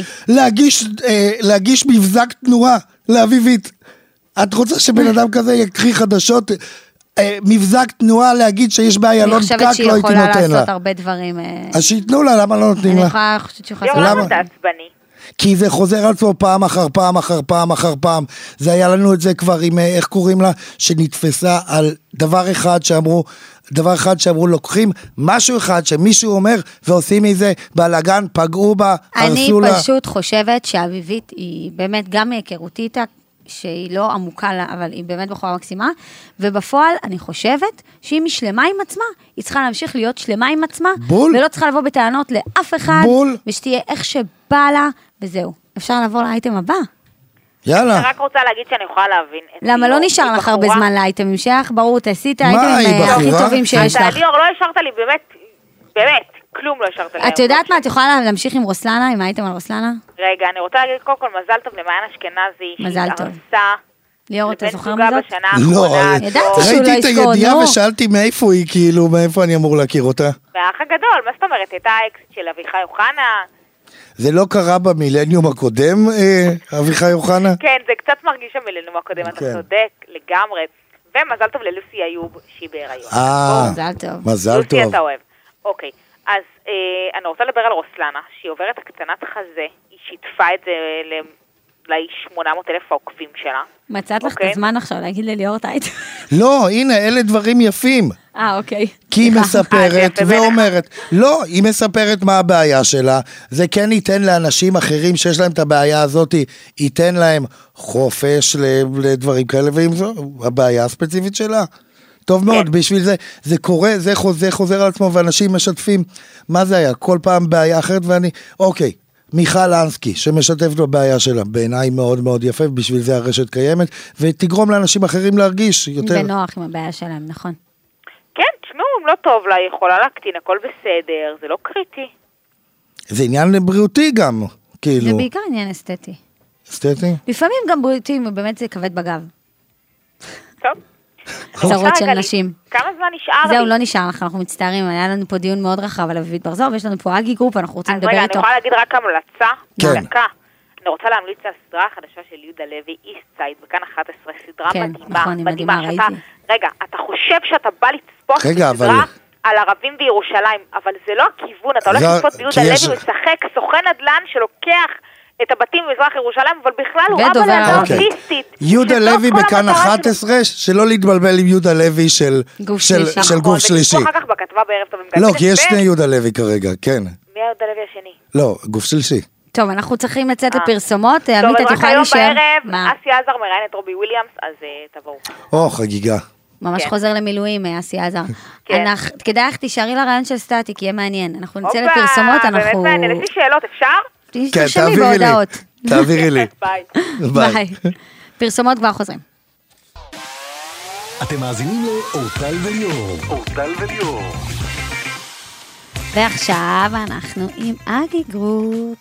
להגיש מבזק תנועה לאביבית. את רוצה שבן אדם כזה יקריא חדשות, מבזק תנועה להגיד שיש באיילון פקק, לא הייתי נותן לה. אני חושבת שהיא יכולה לעשות הרבה דברים. אז שיתנו לה, למה לא נותנים לה? אני חושבת שהיא יכולה לעשות. למה אתה עצבני? כי זה חוזר על עצמו פעם אחר פעם אחר פעם אחר פעם. זה היה לנו את זה כבר עם, איך קוראים לה, שנתפסה על דבר אחד שאמרו, לוקחים משהו אחד שמישהו אומר, ועושים מזה בלגן, פגעו בה, הרסו לה. אני פשוט חושבת שאביבית היא באמת גם מהיכרותי איתה, שהיא לא עמוקה לה, אבל היא באמת בחורה מקסימה, ובפועל אני חושבת שאם היא שלמה עם עצמה, היא צריכה להמשיך להיות שלמה עם עצמה, בול. ולא צריכה לבוא בטענות לאף אחד, בול. ושתהיה איך שבא לה, וזהו. אפשר לעבור לאייטם הבא. יאללה. אני רק רוצה להגיד שאני יכולה להבין. למה לא נשאר לך הרבה זמן לאייטמים שלך? ברור, תעשי את היא האייטמים הכי בחורה? טובים שיש לך. ליאור, לא השארת לי באמת, כלום לא השארת לי. את יודעת מה, את יכולה להמשיך עם רוסלנה, עם האייטם על רוסלנה? רגע, אני רוצה להגיד קודם כל מזל טוב למעיין אשכנזי, מזל טוב. שהרסה ליאור, אתה לבן זוכר זוגה מזאת? בשנה לא, האחרונה. ידעתי שהוא לא ראיתי את יזכור, הידיעה נו. ושאלתי מאיפה היא, כאילו, מאיפה אני אמור להכיר אותה. והאח הגדול, מה זאת אומרת? הייתה האקסית של אביחי אוחנה. זה לא קרה במילניום הקודם, אביחי אוחנה? כן, זה קצת מרגיש המילניום הקודם, אתה כן. צודק לגמרי. ומזל טוב ללוסי איוב, שהיא בהיריון. מזל טוב. מזל לוסי טוב. אתה אוהב. אוקיי, אז אני רוצה לדבר על רוסלנה, שהיא עוברת הקטנת חזה, היא שיתפה את זה ל-800,000 העוקבים שלה. מצאת לך את אוקיי. הזמן עכשיו להגיד לליאור טייט. לא, הנה, אלה דברים יפים. אוקיי. כי היא סליחה. מספרת זה יפה ואומרת, לא, היא מספרת מה הבעיה שלה, זה כן ייתן לאנשים אחרים שיש להם את הבעיה הזאת, ייתן להם חופש לדברים כאלה, ואם זו הבעיה הספציפית שלה. טוב מאוד, בשביל זה, זה קורה, זה חוזר על עצמו, ואנשים משתפים, מה זה היה? כל פעם בעיה אחרת, ואני, אוקיי, מיכל אנסקי, שמשתפת בבעיה שלה, בעיניי מאוד מאוד יפה, בשביל זה הרשת קיימת, ותגרום לאנשים אחרים להרגיש יותר. בנוח עם הבעיה שלהם, נכון. כן, תשמעו, אם לא טוב לה, היא יכולה להקטין, הכל בסדר, זה לא קריטי. זה עניין בריאותי גם, כאילו. זה בעיקר עניין אסתטי. אסתטי? לפעמים גם בריאותי, באמת זה כבד בגב. טוב. צרות של נשים. כמה זמן נשאר לי? זהו, לא נשאר לך, אנחנו מצטערים, היה לנו פה דיון מאוד רחב על אביבית בר זוהר, ויש לנו פה אגי גרופ, אנחנו רוצים אז לדבר רגע, איתו. אני יכולה להגיד רק המלצה? כן. דקה. אני רוצה להמליץ על הסדרה החדשה של יהודה לוי, איסט סייד, בכאן 11, סדרה כן, מדהימה. נכון, היא מדהימה, ראיתי. רגע, אתה חושב שאתה בא לצפות רגע, בסדרה אבל- על ערבים בירושלים, אבל זה לא הכיוון, אתה הולך זה- לצפות ביהודה כי לוי, יש- הוא משחק סוכן נדל"ן שלוקח את הבתים במזרח ירושלים, אבל בכלל הוא ודובר אבא לילדה ערבית. אוטיסטית. יהודה שזאת לוי כל בכאן המטרה שלו. 11, שלא להתבלבל עם יהודה לוי של גוף של- שלישי. של גוף שלישי. ותקחו אחר כך בכתבה בערב טוב עם גיא לא, פינס, כי יש ו- שני יהודה לוי כרגע, כן. מי היהודה לוי השני? לא, גוף שלישי. טוב, אנחנו צריכים לצאת לפרסומות, עמית, טוב, את אז רק יכולה היום להישאר. בערב, מה? אסי עזר מראיין את רובי וויליאמס, אז תבואו. או, חגיגה. ממש כן. חוזר למילואים, אסי עזר. כן. כדאי לך תישארי לרעיון של סטטיק, יהיה מעניין. אנחנו נצא הופה, לפרסומות, באמת אנחנו... מעניין, יש לי שאלות, אפשר? כן, תרשמי תעבירי לי. בהודעות. תעבירי לי. ביי. ביי. פרסומות כבר חוזרים. אתם מאזינים לאורטל וליאור. אורטל וליאור. ועכשיו אנחנו עם אגי גרופ.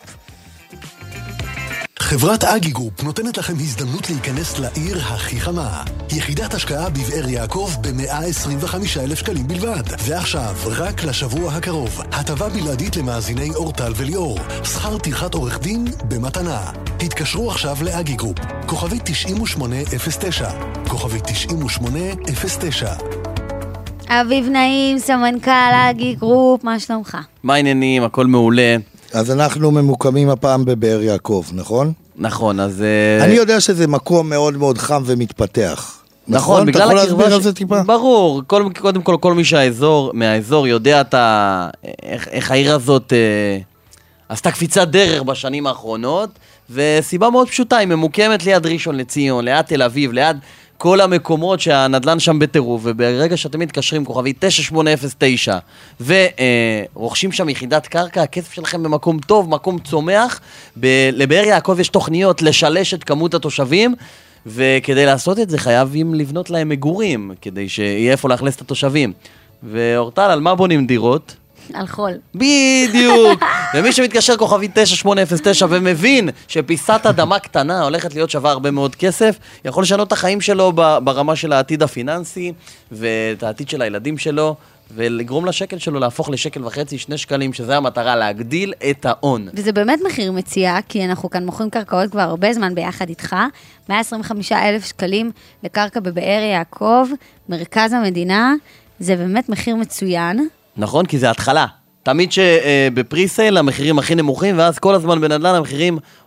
חברת אגי גרופ נותנת לכם הזדמנות להיכנס לעיר הכי חמה. יחידת השקעה בבאר יעקב ב-125,000 שקלים בלבד. ועכשיו, רק לשבוע הקרוב, הטבה בלעדית למאזיני אורטל וליאור. שכר טרחת עורך דין במתנה. התקשרו עכשיו לאגי גרופ. כוכבי 9809. כוכבי 9809. אביב נעים, סמנכ"ל אגי גרופ, מה שלומך? מה העניינים? הכל מעולה. אז אנחנו ממוקמים הפעם בבאר יעקב, נכון? נכון, אז... אני יודע שזה מקום מאוד מאוד חם ומתפתח. נכון, אתה בגלל יכול הקרבה להסביר על זה טיפה? ברור, קודם כל, כל מי מהאזור יודע איך העיר הזאת עשתה קפיצת דרך בשנים האחרונות, וסיבה מאוד פשוטה, היא ממוקמת ליד ראשון לציון, ליד תל אביב, ליד כל המקומות שהנדלן שם בטירוף, וברגע שאתם מתקשרים כוכבי 9809 ורוכשים שם יחידת קרקע, הכסף שלכם במקום טוב, מקום צומח. לבאר יעקב יש תוכניות לשלש את כמות התושבים, וכדי לעשות את זה חייבים לבנות להם מגורים, כדי שיהיה איפה לאכלס את התושבים. ואורטל, על מה בונים דירות? על חול. בדיוק. ומי שמתקשר כוכבי 9809 ומבין שפיסת אדמה קטנה הולכת להיות שווה הרבה מאוד כסף, יכול לשנות את החיים שלו ברמה של העתיד הפיננסי ואת העתיד של הילדים שלו, ולגרום לשקל שלו להפוך לשקל וחצי, 2 שקלים, שזה המטרה, להגדיל את ההון. וזה באמת מחיר מציאה, כי אנחנו כאן מוכרים קרקעות כבר הרבה זמן ביחד איתך, 125,000 שקלים לקרקע בבאר יעקב, מרכז המדינה, זה באמת מחיר מצוין. נכון? כי זה התחלה. תמיד שבפריסייל המחירים הכי נמוכים, ואז כל הזמן בנדל"ן המחירים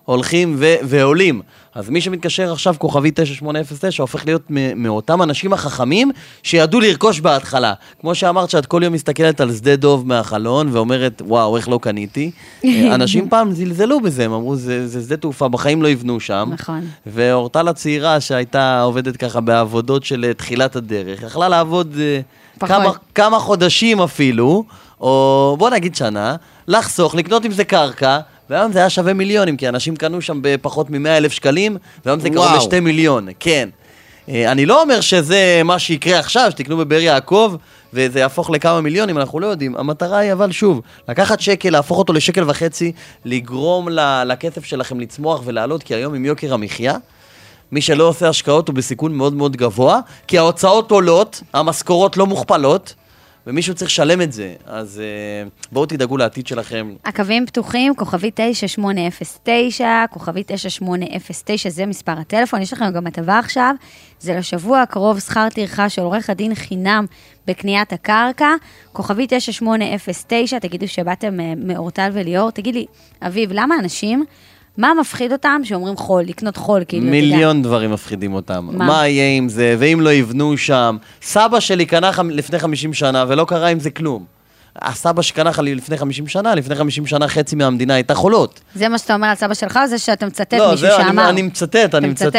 הולכים ועולים. אז מי שמתקשר עכשיו כוכבי 9809 הופך להיות מאותם אנשים החכמים שידעו לרכוש בהתחלה. כמו שאמרת שאת כל יום מסתכלת על שדה דוב מהחלון ואומרת, וואו, איך לא קניתי. אנשים פעם זלזלו בזה, הם אמרו, זה שדה תעופה, בחיים לא יבנו שם. נכון. ואורטל הצעירה שהייתה עובדת ככה בעבודות של תחילת הדרך, יכלה לעבוד כמה חודשים אפילו, או בוא נגיד שנה, לחסוך, לקנות עם זה קרקע, והיום זה היה שווה מיליונים, כי אנשים קנו שם בפחות מ100,000 שקלים, והיום זה קרוב ל2 מיליון, כן. אני לא אומר שזה מה שיקרה עכשיו, שתקנו בבאר יעקב, וזה יהפוך לכמה מיליונים, אנחנו לא יודעים. המטרה היא אבל שוב, לקחת שקל, להפוך אותו לשקל וחצי, לגרום לכסף שלכם לצמוח ולעלות, כי היום עם יוקר המחיה, מי שלא עושה השקעות הוא בסיכון מאוד מאוד גבוה, כי ההוצאות עולות, המשכורות לא מוכפלות, ומישהו צריך לשלם את זה, אז בואו תדאגו לעתיד שלכם. הקווים פתוחים, כוכבי 9809, כוכבי 9809, זה מספר הטלפון, יש לכם גם הטבה עכשיו, זה לשבוע הקרוב שכר טרחה של עורך הדין חינם בקניית הקרקע, כוכבי 9809, תגידו שבאתם מאורטל וליאור, תגיד לי, אביב, למה אנשים... מה מפחיד אותם שאומרים חול, לקנות חול? מיליון דברים מפחידים אותם. מה יהיה עם זה, ואם לא יבנו שם? סבא שלי קנה לפני 50 שנה ולא קרה עם זה כלום. הסבא שקנה לפני 50 שנה, לפני 50 שנה חצי מהמדינה הייתה חולות. זה מה שאתה אומר על סבא שלך, או זה שאתה מצטט מישהו שאמר? לא, אני מצטט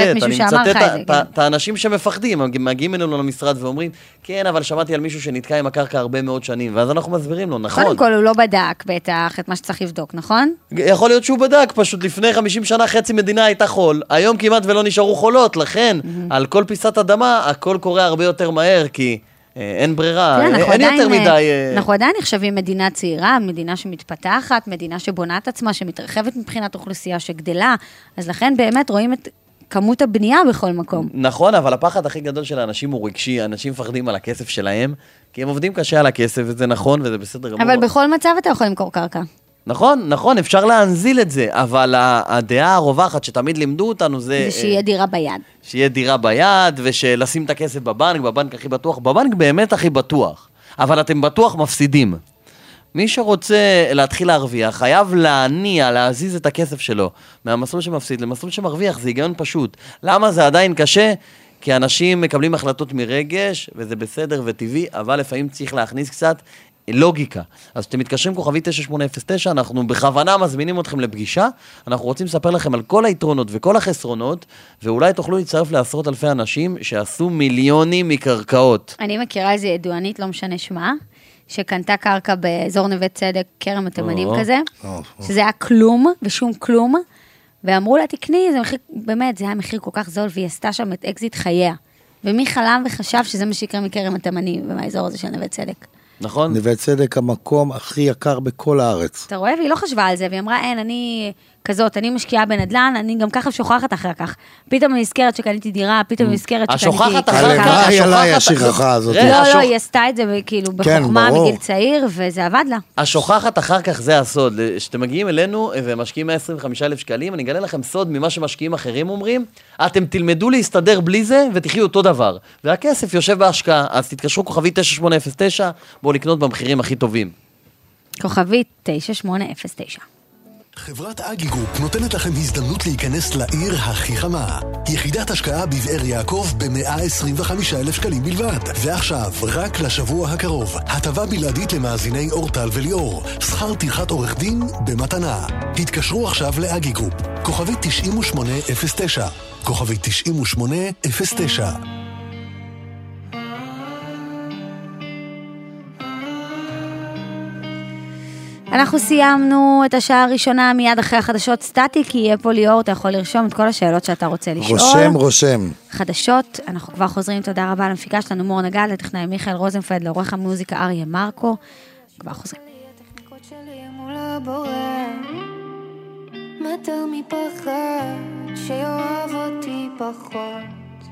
את האנשים שמפחדים, מגיעים אלינו למשרד ואומרים, כן, אבל שמעתי על מישהו שנתקע עם הקרקע הרבה מאוד שנים, ואז אנחנו מסבירים לו, נכון. קודם כל הוא לא בדק בטח את מה שצריך לבדוק, נכון? יכול להיות שהוא בדק, פשוט לפני 50 שנה חצי מדינה הייתה חול, היום כמעט ולא נשארו חולות, לכן על כל פיסת אדמה הכל קורה הרבה יותר מהר, כי אין ברירה, אין יותר מדי... אנחנו עדיין נחשבים מדינה צעירה, מדינה שמתפתחת, מדינה שבונה את עצמה, שמתרחבת מבחינת אוכלוסייה שגדלה, אז לכן באמת רואים את כמות הבנייה בכל מקום. נכון, אבל הפחד הכי גדול של האנשים הוא רגשי, אנשים מפחדים על הכסף שלהם, כי הם עובדים קשה על הכסף, וזה נכון, וזה בסדר גמור. אבל בכל מצב אתה יכול למכור קרקע. נכון, אפשר להנזיל את זה, אבל הדעה הרווחת שתמיד לימדו אותנו זה שיהיה דירה ביד. שיהיה דירה ביד, ושלשים את הכסף בבנק הכי בטוח, בבנק באמת הכי בטוח, אבל אתם בטוח מפסידים. מי שרוצה להתחיל להרוויח, חייב להניע, להזיז את הכסף שלו, מהמסלול שמפסיד למסלול שמרוויח, זה היגיון פשוט. למה זה עדיין קשה? כי אנשים מקבלים החלטות מרגש, וזה בסדר וטבעי, אבל לפעמים צריך להכניס קצת לוגיקה. אז אתם מתקשרים כוכבי 9809, אנחנו בכוונה מזמינים אתכם לפגישה, אנחנו רוצים לספר לכם על כל היתרונות וכל החסרונות, ואולי תוכלו להצטרף לעשרות אלפי אנשים שעשו מיליונים מקרקעות. אני מכירה איזה ידוענית, לא משנה שמה, שקנתה קרקע באזור נווה צדק, כרם התימנים כזה, שזה היה כלום ושום כלום, ואמרו לה, תקני, זה מחיר, באמת, זה היה מחיר כל כך זול, והיא עשתה שם את אקזיט חייה. ומי חלם וחשב שזה מה שיקרה מכרם התימנים, ומהאזור הזה של נווה צדק. נכון. נווה צדק המקום הכי יקר בכל הארץ. אתה רואה? והיא לא חשבה על זה, והיא אמרה, אין, אני כזאת, אני משקיעה בנדלן, אני גם ככה שוכחת אחר כך. פתאום אני נזכרת שקניתי דירה, פתאום אני נזכרת שקניתי... השוכחת אחר כך. הלוואי עליי השכחה הזאת. לא, היא עשתה את זה כאילו בחוכמה מגיל צעיר, וזה עבד לה. השוכחת אחר כך זה הסוד. כשאתם מגיעים אלינו ומשקיעים 125,000 שקלים, אני אגלה לכם סוד ממה שמשקיעים אחרים אומרים, אתם תלמדו להסתדר בלי זה ותחיו אותו דבר. והכסף יושב בהשקעה, אז תתקשרו כוכבי 9809, בואו לקנות במחירים הכי טובים. כוכבי 9809. חברת אגי גרופ נותנת לכם הזדמנות להיכנס לעיר הכי חמה. יחידת השקעה בבאר יעקב ב125,000 שקלים בלבד. ועכשיו, רק לשבוע הקרוב, הטבה בלעדית למאזיני אורטל וליאור. שכר טרחת עורך דין במתנה. התקשרו עכשיו לאגי גרופ. כוכבי 9809. כוכבי 9809. אנחנו סיימנו את השעה הראשונה מיד אחרי החדשות סטטיק, יהיה פה ליאור, אתה יכול לרשום את כל השאלות שאתה רוצה לשאול. רושם. חדשות, אנחנו כבר חוזרים, תודה רבה למפיקה שלנו מור נגד, לטכנאי מיכאל רוזנפלד, לעורך המוזיקה אריה מרקו, כבר חוזרים. הטכניקות שלי מול הבורא, מטר מפחד, שיואב אותי פחות.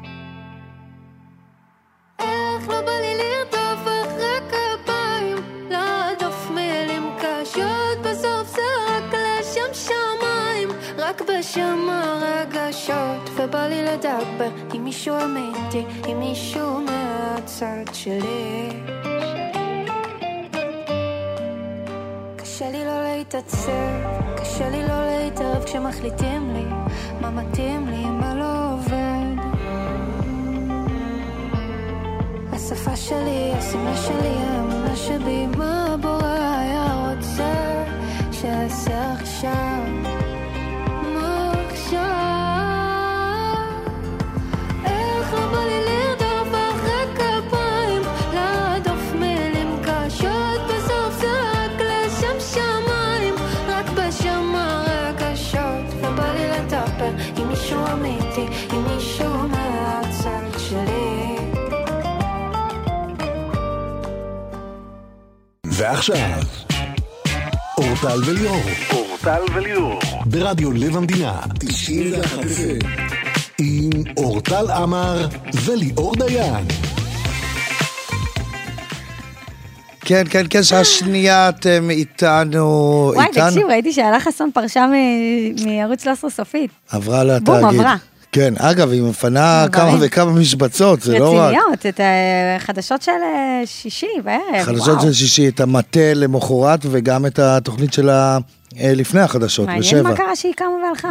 איך לא בא לי לרדוף אחרי כפיים, לעדוף מילים קשות, בסוף זה רק לשם שמיים, רק בשם הרגשות, ובא לי לדבר עם מישהו אמיתי, עם מישהו מהצד שלי. קשה לי לא להתעצב, קשה לי לא להתערב כשמחליטים לי מה מתאים לי, מה לא עובד. השפה שלי, הסימה שלי, האמונה שבי, מה הבורא היה רוצה שעשה עכשיו, מה עכשיו? איך לא בא לי לרדוף אחרי כפיים, לעדוף מילים קשות, בסוף זה רק לשם שמיים, רק בשם הרגשות, ובא לי לטפל עם מישהו אמיתי, עם מישהו מהצד שלי. ועכשיו אורטל וליאור, אורטל וליאור ברדיו לב המדינה 91 עם אורטל עמר וליאור דיין. כן, כן, כן, שהשנייה אתם איתנו. וואי, תקשיב, ראיתי שהלה חסון פרשה מערוץ 13 סופית. עברה לתאגיד. בום, עברה. כן, אגב, היא מפנה כמה וכמה משבצות, זה לא רק... רציניות, את החדשות של שישי בערב, חדשות של שישי, את המטה למחרת, וגם את התוכנית שלה לפני החדשות, בשבע. מעניין מה קרה שהיא קמה והלכה.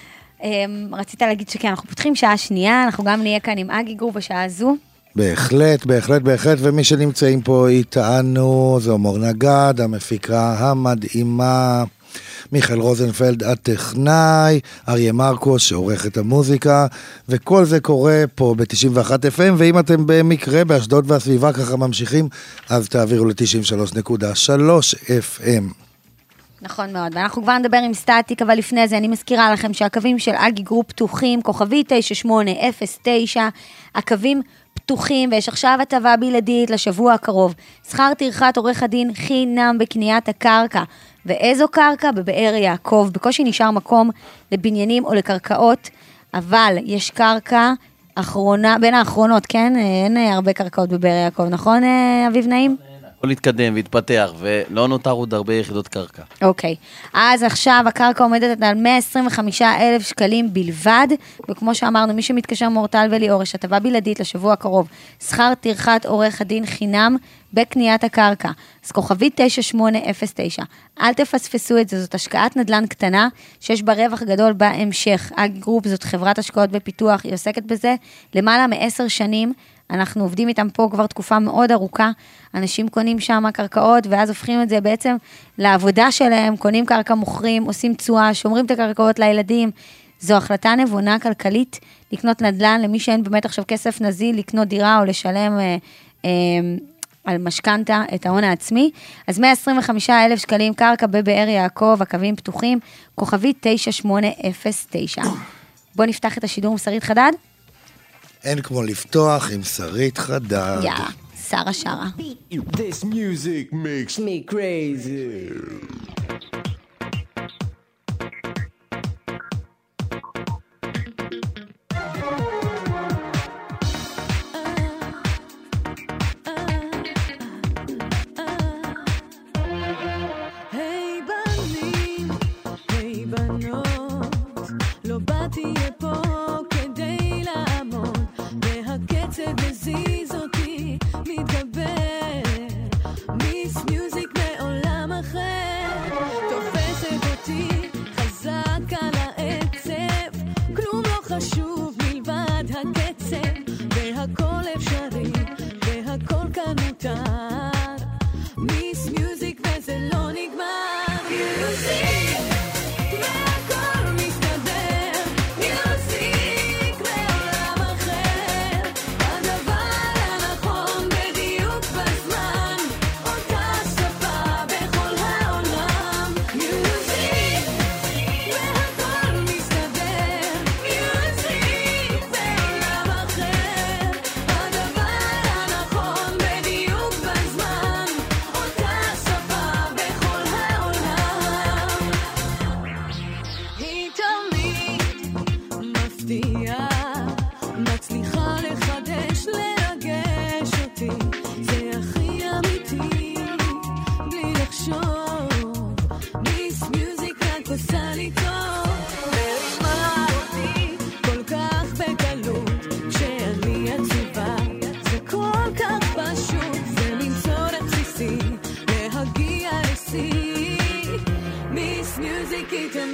רצית להגיד שכן, אנחנו פותחים שעה שנייה, אנחנו גם נהיה כאן עם אגי גור בשעה הזו. בהחלט, בהחלט, בהחלט, ומי שנמצאים פה איתנו, זו מור נגד, המפיקה המדהימה, מיכאל רוזנפלד הטכנאי, אריה מרקוס שעורך את המוזיקה, וכל זה קורה פה ב-91 FM, ואם אתם במקרה באשדוד והסביבה ככה ממשיכים, אז תעבירו ל-93.3 FM. נכון מאוד, ואנחנו כבר נדבר עם סטטיק, אבל לפני זה אני מזכירה לכם שהקווים של אגי גרופ פתוחים, כוכבי 9809, הקווים פתוחים, ויש עכשיו הטבה בלעדית לשבוע הקרוב. שכר טרחת עורך הדין חינם בקניית הקרקע. ואיזו קרקע? בבאר יעקב. בקושי נשאר מקום לבניינים או לקרקעות, אבל יש קרקע אחרונה, בין האחרונות, כן? אין הרבה קרקעות בבאר יעקב, נכון, אביב נעים? הכל להתקדם והתפתח, ולא נותר עוד הרבה יחידות קרקע. אוקיי, אז עכשיו הקרקע עומדת על 125,000 שקלים בלבד, וכמו שאמרנו, מי שמתקשר מורטל וליאור, יש הטבה בלעדית לשבוע הקרוב, שכר טרחת עורך הדין חינם בקניית הקרקע, אז כוכבי 9809, אל תפספסו את זה, זאת השקעת נדל"ן קטנה, שיש בה רווח גדול בהמשך. אגי גרופ זאת חברת השקעות בפיתוח, היא עוסקת בזה למעלה מ10 שנים, אנחנו עובדים איתם פה כבר תקופה מאוד ארוכה, אנשים קונים שם קרקעות, ואז הופכים את זה בעצם לעבודה שלהם, קונים קרקע, מוכרים, עושים תשואה, שומרים את הקרקעות לילדים, זו החלטה נבונה כלכלית, לקנות נדל"ן למי שאין באמת עכשיו כסף נזיל, לקנות דירה או לשלם על משכנתה את ההון העצמי, אז 125,000 שקלים קרקע בבאר יעקב, הקווים פתוחים, כוכבי 9809. בואו נפתח את השידור עם שרית חדד. אין כמו לפתוח עם שרית חדד. יאללה, שרה שרה. This music makes me crazy.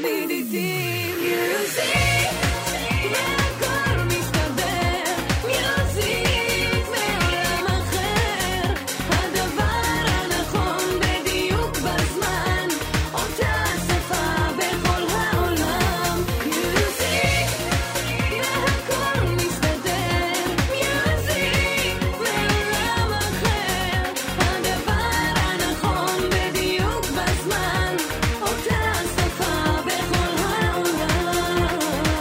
תמיד איתי. מיוזיק והכל מסתדר, מיוזיק מעולם אחר, הדבר הנכון בדיוק בזמן, אותה שפה בכל העולם. מיוזיק והכל מסתדר, מיוזיק מעולם אחר, הדבר הנכון בדיוק בזמן, אותה שפה בכל העולם.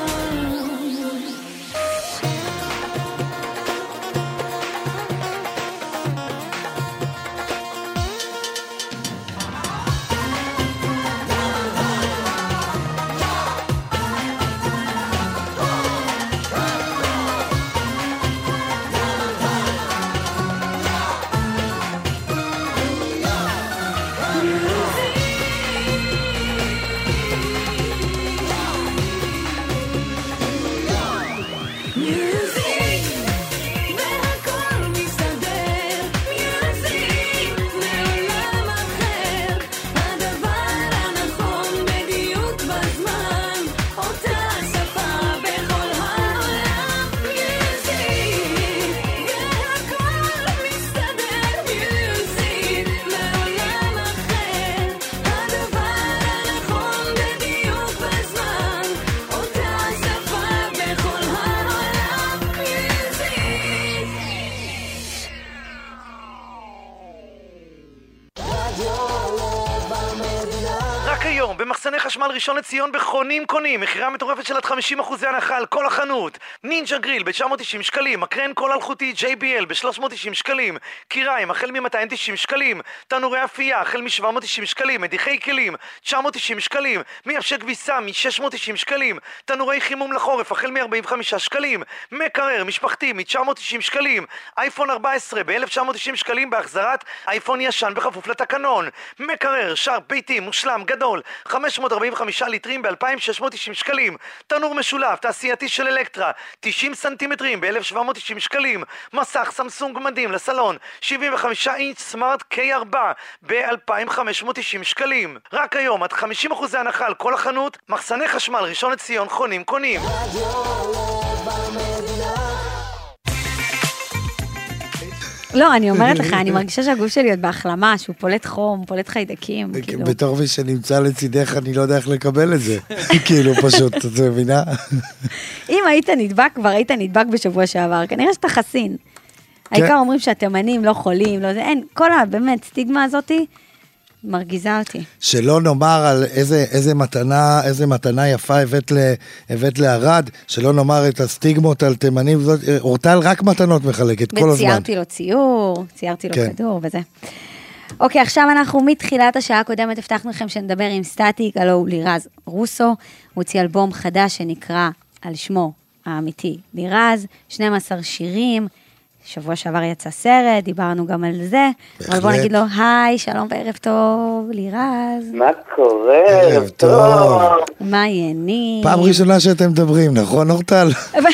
מיוזיק והכל מסתדר, מיוזיק מעולם אחר, הדבר הנכון בדיוק בזמן, אותה שפה בכל העולם. מיוזיק והכל מסתדר, מיוזיק מעולם אחר, הדבר הנכון בדיוק בזמן, אותה שפה בכל העולם. רק היום, במחסני חשמל ראשון לציון בקונים קונים, מחירה מטורפת של עד 50% הנחה על כל החנות. נינג'ה גריל ב-990 שקלים, מקרן קול אלחוטי JBL ב-390 שקלים, קיריים החל מ-290 שקלים, תנורי אפייה החל מ-790 שקלים, מדיחי כלים 990 שקלים, מייבשי כביסה מ-690 שקלים, תנורי חימום לחורף החל מ-45 שקלים, מקרר משפחתי מ-990 שקלים, אייפון 14 ב-1990 שקלים בהחזרת אייפון ישן בכפוף לתקנון, מקרר שער ביתי מושלם גדול 545 ליטרים ב-2,690 שקלים, תנור משולב תעשייתי של אלקטרה 90 סנטימטרים ב-1,790 שקלים, מסך סמסונג מדהים לסלון 75 אינץ' סמארט K4 ב-2,590 שקלים. רק היום עד 50% הנחה על כל החנות. מחסני חשמל ראשון לציון, קונים קונים. לא, אני אומרת לך, אני מרגישה שהגוף שלי עוד בהחלמה, שהוא פולט חום, פולט חיידקים. בתור מי שנמצא לצידך, אני לא יודע איך לקבל את זה. כאילו פשוט, את מבינה? אם היית נדבק, כבר היית נדבק בשבוע שעבר, כנראה שאתה חסין. העיקר אומרים שהתימנים לא חולים, לא זה, אין, כל באמת, סטיגמה הזאת מרגיזה אותי. שלא נאמר על איזה מתנה יפה הבאת לערד, שלא נאמר את הסטיגמות על תימנים, אורטל רק מתנות מחלקת כל הזמן. וציירתי לו ציור, ציירתי לו כדור וזה. אוקיי, עכשיו אנחנו מתחילת השעה הקודמת הבטחנו לכם שנדבר עם סטטיק, הלו הוא לירז רוסו, הוא הוציא אלבום חדש שנקרא על שמו האמיתי לירז, 12 שירים, שבוע שעבר יצא סרט, דיברנו גם על זה, אבל בוא נגיד לו, היי, שלום וערב טוב, לירז. מה קורה? ערב טוב. מה העניינים? פעם ראשונה שאתם מדברים, נכון אורטל?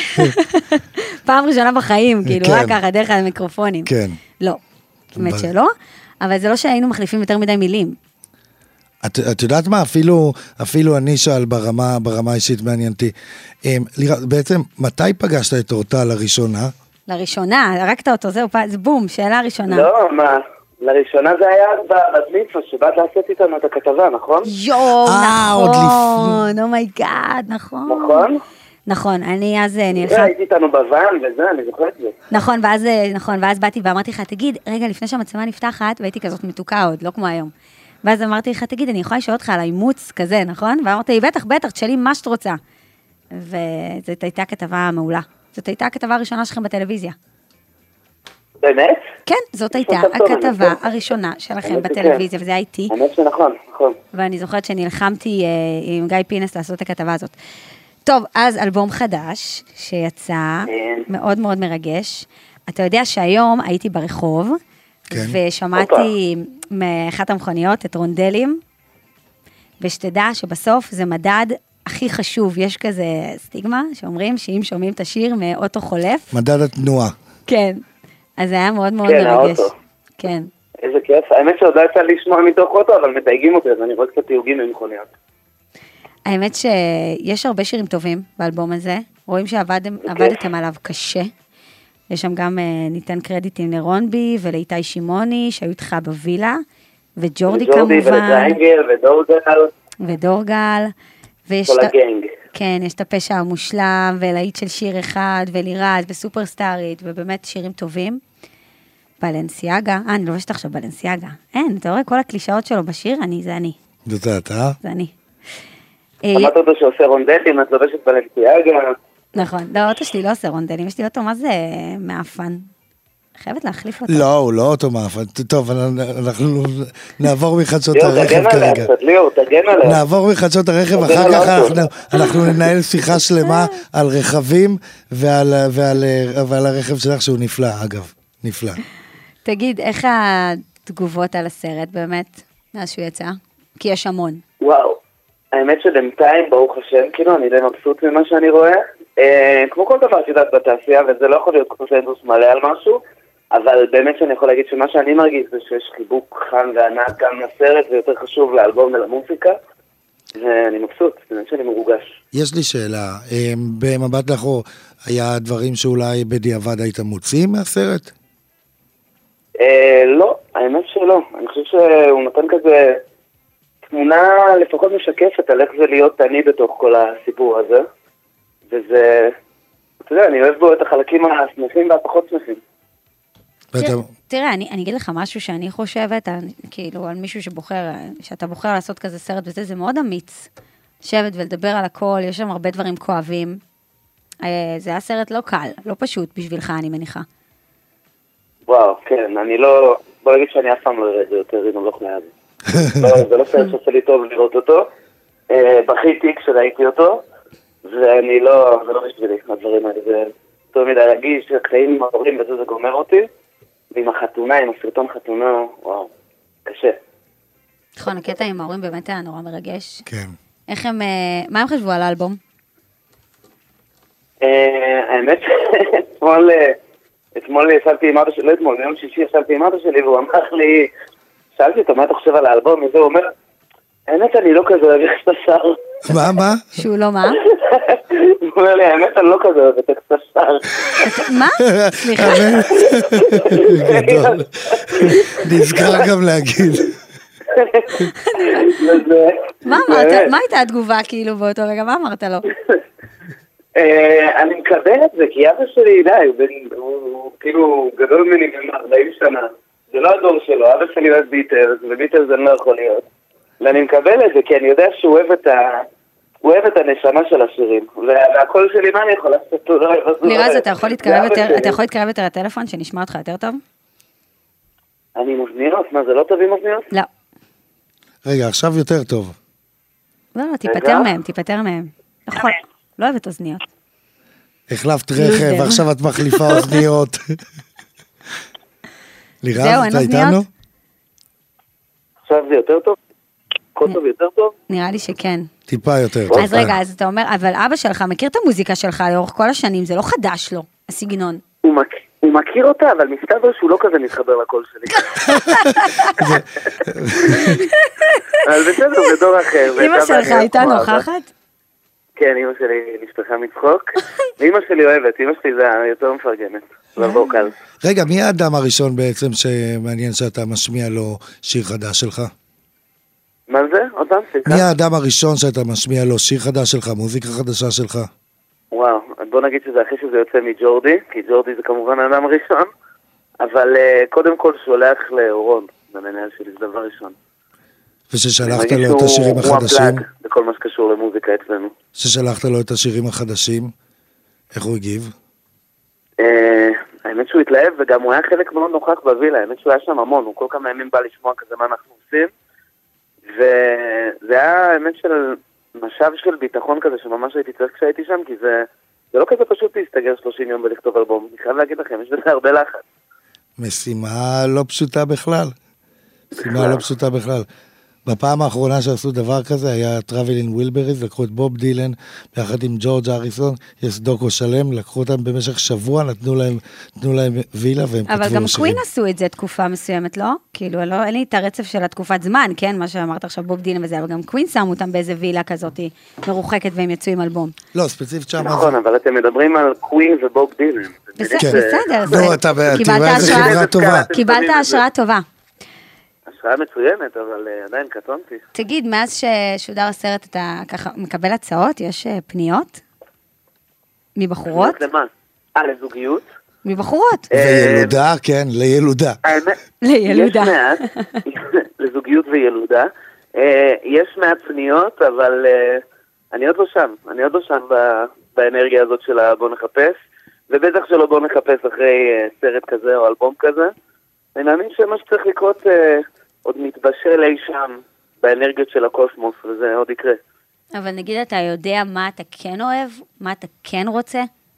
פעם ראשונה בחיים, כאילו, רק ככה, דרך המיקרופונים. כן. לא, באמת שלא, אבל זה לא שהיינו מחליפים יותר מדי מילים. את יודעת מה? אפילו אני שאל ברמה אישית מעניינתי. בעצם, מתי פגשת את אורטל לראשונה? לראשונה, הרגת אותו, זהו, זה בום, שאלה ראשונה. לא, מה? לראשונה זה היה במצליפה, שבאת לעשות איתנו את הכתבה, נכון? יואו, נכון, אומייגאד, נכון. נכון? נכון, אני אז נלחם. הייתי איתנו בוואן וזה, אני זוכרת זה. נכון, ואז באתי ואמרתי לך, תגיד, רגע, לפני שהמצלמה נפתחת, והייתי כזאת מתוקה עוד, לא כמו היום. ואז אמרתי לך, תגיד, אני יכולה לשאול אותך על האימוץ כזה, נכון? ואמרתי לי, בטח, תשאלי מה שאת רוצה. וזאת הייתה כתבה מעולה. זאת הייתה הכתבה הראשונה שלכם בטלוויזיה. באמת? כן, זאת הייתה הכתבה הראשונה שלכם בטלוויזיה, וזה היה איתי. האמת שנכון, נכון. ואני זוכרת שנלחמתי עם גיא פינס לעשות את הכתבה הזאת. טוב, אז אלבום חדש שיצא, מאוד מאוד מרגש. אתה יודע שהיום הייתי ברחוב, ושמעתי מאחת המכוניות את רונדלים, ושתדע שבסוף זה מדד הכי חשוב, יש כזה סטיגמה שאומרים שאם שומעים את השיר מאוטו חולף. מדד התנועה. כן, אז זה היה מאוד מאוד מרגש. כן. איזה כיף, האמת שעוד לא יצא לשמוע מתוך אוטו, אבל מתייגים אותי, אז אני רואה קצת תיוגים ממכוניות. האמת שיש הרבה שירים טובים באלבום הזה, רואים שעבדתם עליו קשה. יש שם גם, ניתן קרדיטים לרונבי ולאיתי שימוני, שהיו איתך בווילה, וג'ורדי כמובן. ולג'יינגל ודורגל. כל הגנג. כן, יש את הפשע המושלם, ולהיט של שיר אחד, ולירז, וסופרסטארית, ובאמת שירים טובים. בלנסיאגה, אני לובשת עכשיו בלנסיאגה. אין, אתה רואה כל הקלישאות שלו בשיר, זה אני. זה אתה? זה אני. אמרת אותו שעושה רונדלים, את לובשת בלנסיאגה. נכון, לא, האוטו שלי לא עושה רונדלים, יש לי אוטו, מה זה מאפן? חייבת להחליף אותו. לא, הוא לא אוטו מאפן. טוב, אנחנו נעבור מחדשות הרכב כרגע. ליאור, תגן עליה. נעבור מחדשות הרכב, אחר כך אנחנו ננהל שיחה שלמה על רכבים ועל הרכב שלך שהוא נפלא, אגב, נפלא. תגיד, איך התגובות על הסרט באמת, מאז שהוא יצא? כי יש המון. וואו, האמת שבינתיים, ברוך השם, כאילו אני די מבסוט ממה שאני רואה. כמו כל דבר שידעת בתעשייה, וזה לא יכול להיות קונצנזוס מלא על משהו, אבל באמת שאני יכול להגיד שמה שאני מרגיש זה שיש חיבוק חם וענק גם לסרט, ויותר חשוב לאלבום ולמוזיקה, ואני מבסוט, באמת שאני מרוגש. יש לי שאלה, במבט לאחור, היה דברים שאולי בדיעבד היית מוציא מהסרט? לא, האמת שלא. אני חושב שהוא נותן כזה תמונה לפחות משקפת על איך זה להיות אני בתוך כל הסיפור הזה. וזה, אתה יודע, אני אוהב בו את החלקים השמחים והפחות שמחים. תראה, אני אגיד לך משהו שאני חושבת, כאילו, על מישהו שבוחר, שאתה בוחר לעשות כזה סרט וזה, זה מאוד אמיץ. לשבת ולדבר על הכל, יש שם הרבה דברים כואבים. זה היה סרט לא קל, לא פשוט בשבילך, אני מניחה. וואו, כן, אני לא, בוא נגיד שאני אף פעם לא אראה את זה יותר, אם אני לא יכולה להגיד. זה לא סרט שעושה לי טוב לראות אותו. בכיתי כשראיתי אותו. ואני לא, זה לא בשבילי, הדברים האלה, זה טוב מדי להגיש, הקטעים עם ההורים וזה, זה גומר אותי, ועם החתונה, עם הסרטון חתונה, וואו, קשה. נכון, הקטע עם ההורים באמת היה נורא מרגש. כן. איך הם, מה הם חשבו על האלבום? האמת, אתמול ישבתי עם אבא שלי, לא אתמול, ביום שישי ישבתי עם אבא שלי, והוא אמר לי, שאלתי אותו, מה אתה חושב על האלבום? וזה הוא אומר, האמת אני לא כזה אוהב את השר. מה? שהוא לא מה? הוא אומר לי, האמת אני לא כזה אוהב את השר. מה? סליחה. גדול. נזכר גם להגיד. מה אמרת? מה הייתה התגובה כאילו באותו רגע? מה אמרת לו? אני מקבל את זה, כי אבא שלי, די, הוא כאילו גדול ממני ב-40 שנה. זה לא הדור שלו, אבא שלי אוהב ביטלס, וביטלס זה לא יכול להיות. ואני מקבל את זה, כי אני יודע שהוא אוהב את הנשמה של השירים. והקול שלי, מה אני יכול לעשות? לירז, אתה יכול להתקרב יותר לטלפון, שנשמע אותך יותר טוב? אני עם אוזניות? מה, זה לא טוב עם אוזניות? לא. רגע, עכשיו יותר טוב. לא, תיפטר מהם. נכון, לא אוהבת אוזניות. החלפת רכב, עכשיו את מחליפה אוזניות. לירז, אתה איתנו? עכשיו זה יותר טוב? הכל טוב יותר טוב? נראה לי שכן. טיפה יותר טוב. אז רגע, אז אתה אומר, אבל אבא שלך מכיר את המוזיקה שלך לאורך כל השנים, זה לא חדש לו, הסגנון. הוא מכיר אותה, אבל מסתבר שהוא לא כזה מתחבר לקול שלי. אבל בסדר, זה דור אחר. אמא שלך הייתה נוכחת? כן, אמא שלי נשפחה מצחוק. ואמא שלי אוהבת, אמא שלי זה יותר מפרגנת. זה לא קל. רגע, מי האדם הראשון בעצם שמעניין שאתה משמיע לו שיר חדש שלך? מה זה? עוד פעם, סליחה. מי האדם הראשון שאתה משמיע לו שיר חדש שלך, מוזיקה חדשה שלך? וואו, בוא נגיד שזה אחרי שזה יוצא מג'ורדי, כי ג'ורדי זה כמובן האדם הראשון, אבל קודם כל שולח לאורון, למנהל שלי, זה דבר ראשון. וששלחת לו את השירים החדשים? הוא הפלאג בכל מה שקשור למוזיקה אצלנו. ששלחת לו את השירים החדשים, איך הוא הגיב? האמת שהוא התלהב, וגם הוא היה חלק מאוד נוכח בווילה, האמת שהוא היה שם המון, הוא כל כמה ימים בא לשמוע כזה מה אנחנו עושים, וזה היה האמת של משאב של ביטחון כזה, שממש הייתי צריך כשהייתי שם, כי זה לא כזה פשוט להסתגר 30 יום ולכתוב אלבום, אני חייב להגיד לכם, יש בזה הרבה לחץ. משימה לא פשוטה בכלל. משימה לא פשוטה בכלל. בפעם האחרונה שעשו דבר כזה, היה Traveling Wilburys, לקחו את בוב דילן, ביחד עם ג'ורג' אריסון, יש דוקו שלם, לקחו אותם במשך שבוע, נתנו להם וילה, והם כתבו שירים. אבל גם קווין עשו את זה תקופה מסוימת, לא? כאילו, אין לי את הרצף של התקופת זמן, כן? מה שאמרת עכשיו, בוב דילן וזה, אבל גם קווין שמו אותם באיזה וילה כזאת, מרוחקת, והם יצאו עם אלבום. לא, ספציפית שם. נכון, אבל אתם מדברים על קווין ובוב דילן. בסדר, קיבלת השראה טובה. השראה מצוינת, אבל עדיין קטונתי. תגיד, מאז ששודר הסרט אתה ככה מקבל הצעות? יש פניות? מבחורות? למה? לזוגיות? מבחורות. וילודה, כן, לילודה. לילודה. יש מעט, לזוגיות וילודה. יש מעט פניות, אבל אני עוד לא שם באנרגיה הזאת של בוא נחפש, ובטח שלא בוא נחפש אחרי סרט כזה או אלבום כזה. אני מאמין שמה שצריך לקרות עוד מתבשל אי שם באנרגיות של הקוסמוס, וזה עוד יקרה. אבל נגיד אתה יודע מה אתה כן אוהב? מה אתה כן רוצה?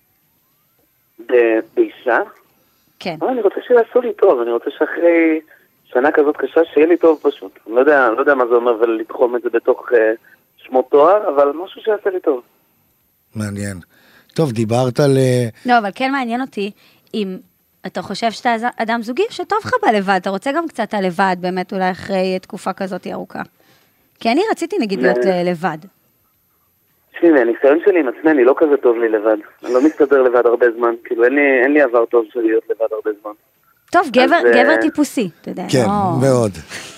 באישה? כן. אני רוצה שיעשו לי טוב, אני רוצה שאחרי שנה כזאת קשה שיהיה לי טוב פשוט. אני לא יודע מה זה אומר ולתחום את זה בתוך שמות תואר, אבל משהו שיעשה לי טוב. מעניין. טוב, דיברת על... לא, אבל כן מעניין אותי אם... אתה חושב שאתה אדם זוגי, שטוב לך בלבד, אתה רוצה גם קצת הלבד, באמת אולי אחרי תקופה כזאת ארוכה. כי אני רציתי נגיד להיות לבד. תשמעי, הניסיון שלי עם עצמי, לא כזה טוב לי לבד. אני לא מסתדר לבד הרבה זמן, כאילו אין לי עבר טוב של להיות לבד הרבה זמן. טוב, גבר טיפוסי, אתה יודע. כן, מאוד.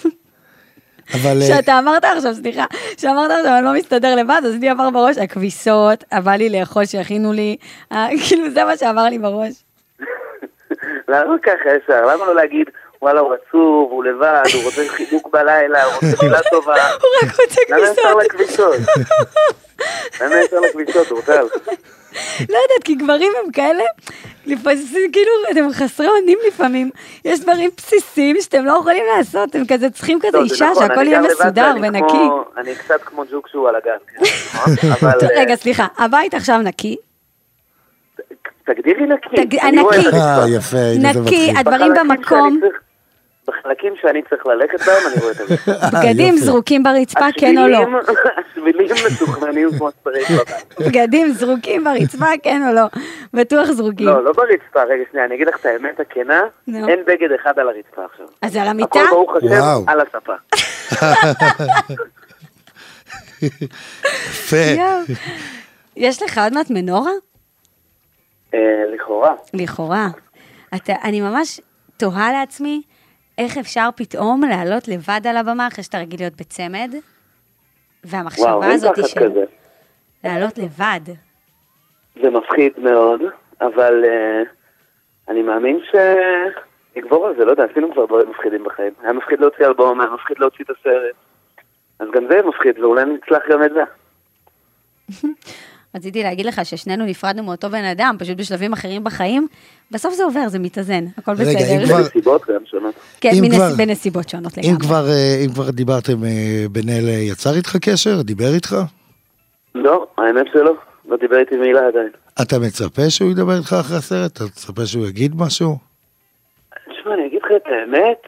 שאתה אמרת עכשיו, סליחה, שאמרת עכשיו, אני לא מסתדר לבד, אז לי עבר בראש, הכביסות, בא לי לאכול שהכינו לי, כאילו זה מה שעבר לי בראש. למה ככה ישר? למה לא להגיד, וואלה, הוא עצוב, הוא לבד, הוא רוצה חיבוק בלילה, הוא רוצה מילה טובה. הוא רק רוצה כביסות. למה ישר לכביסות, הוא רוצה? לא יודעת, כי גברים הם כאלה, כאילו, אתם חסרי אונים לפעמים, יש דברים בסיסיים שאתם לא יכולים לעשות, הם כזה צריכים כזה אישה, שהכל יהיה מסודר ונקי. אני קצת כמו ג'וק שהוא על הגן. רגע, סליחה, הבית עכשיו נקי? תגדירי נקי. יפה. נקי, הדברים במקום. בחלקים שאני צריך ללכת בהם, אני רואה את זה. בגדים זרוקים ברצפה, כן או לא? השבילים מתוכננים כמו שצריך בבית. בגדים זרוקים ברצפה, כן או לא? בטוח זרוקים. לא ברצפה, רגע שנייה, אני אגיד לך את האמת הכנה, אין בגד אחד על הרצפה עכשיו. אז על המיטה? הכל ברוך השם על הספה. יפה. יש לך עוד מעט מנורה? לכאורה. אני ממש תוהה לעצמי, איך אפשר פתאום לעלות לבד על הבמה, אחרי שאתה רגיל להיות בצמד, והמחשבה הזאת של לעלות לבד. זה מפחיד מאוד, אבל אני מאמין שנגבור על זה, לא יודע, עשינו כבר דברים מפחידים בחיים. היה מפחיד להוציא אלבום, היה מפחיד להוציא את הסרט, אז גם זה מפחיד, ואולי נצלח גם את זה. רציתי להגיד לך ששנינו נפרדנו מאותו בן אדם, פשוט בשלבים אחרים בחיים, בסוף זה עובר, זה מתאזן, הכל בסדר. בנסיבות גם שונות. כן, בנסיבות שונות לגמרי. אם כבר דיברתם, בן-אל יצר איתך קשר? דיבר איתך? לא, האמת שלא. לא דיבר איתי מילה עדיין. אתה מצפה שהוא ידבר איתך אחרי הסרט? אתה מצפה שהוא יגיד משהו? תשמע, אני אגיד לך את האמת,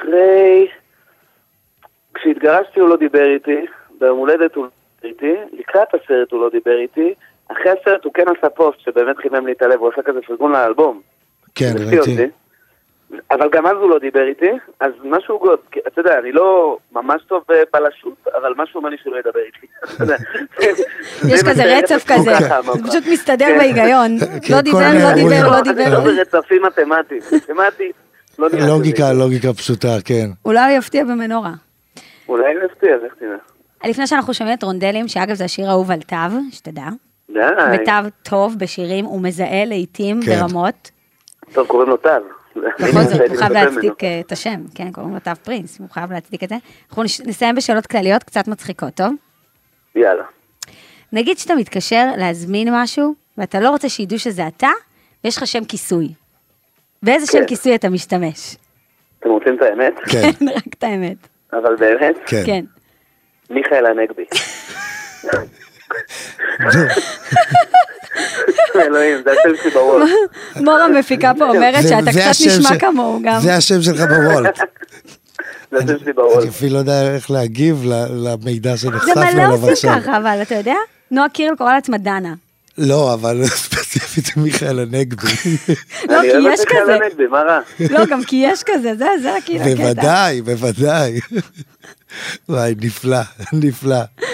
כשהתגרשתי הוא לא דיבר איתי, ביום הולדת הוא איתי, לקראת הסרט הוא לא דיבר איתי, אחרי הסרט הוא כן עשה פוסט שבאמת חימם לי את הלב, הוא עשה כזה פרגון לאלבום. כן, ראיתי. אבל גם אז הוא לא דיבר איתי, אז משהו גוד, אתה יודע, אני לא ממש טוב בלשות, אבל משהו אומר לי שהוא לא ידבר איתי. יש כזה רצף כזה, זה פשוט מסתדר בהיגיון, לא דיבר. לא ברצפים מתמטיים, לא נראה. לוגיקה פשוטה, כן. אולי הוא יפתיע במנורה. אולי הוא יפתיע, איך תראה. לפני שאנחנו שומעים את רונדלים, שאגב זה השיר האהוב על תו, שתדע. די. ותו טוב בשירים, הוא מזהה לעתים ברמות. טוב, קוראים לו תו. בכל זאת, הוא חייב להצדיק את השם, כן, קוראים לו תו פרינס, הוא חייב להצדיק את זה. אנחנו נסיים בשאלות כלליות, קצת מצחיקות, טוב? יאללה. נגיד שאתה מתקשר להזמין משהו, ואתה לא רוצה שידעו שזה אתה, ויש לך שם כיסוי. באיזה שם כיסוי אתה משתמש? אתם רוצים את האמת? כן. רק את האמת. אבל באמת? כן. מיכאל הנגבי. אלוהים, זה השם שלי בוולט. מורה מפיקה פה אומרת שאתה קצת נשמע כמוהו גם. זה השם שלך בוולט. זה השם שלי בראש. אני אפילו לא יודע איך להגיב למידע שנחשף זה לו מלא עליו עושים עכשיו. ככה, אבל אתה יודע? נועה קירל קורא לעצמה דנה. לא, אבל ספציפית מיכאל הנגבי. לא, כי יש כזה. הנגבי, מה רע? לא, גם כי יש כזה, זה כאילו הקטע. בוודאי, בוודאי. וואי, נפלא.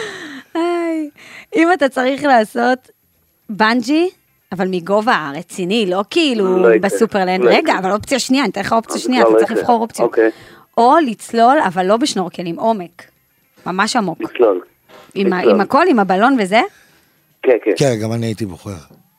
אם אתה צריך לעשות בנג'י, אבל מגובה רציני, לא כאילו בסופרלנד. רגע, אבל אופציה שנייה, אני אתן לך אופציה שנייה, אתה צריך לבחור אופציה. או לצלול, אבל לא בשנורקל, עם עומק. ממש עמוק. לצלול. עם הכל, עם הבלון וזה? כן, כן. כן, גם אני הייתי בוחר.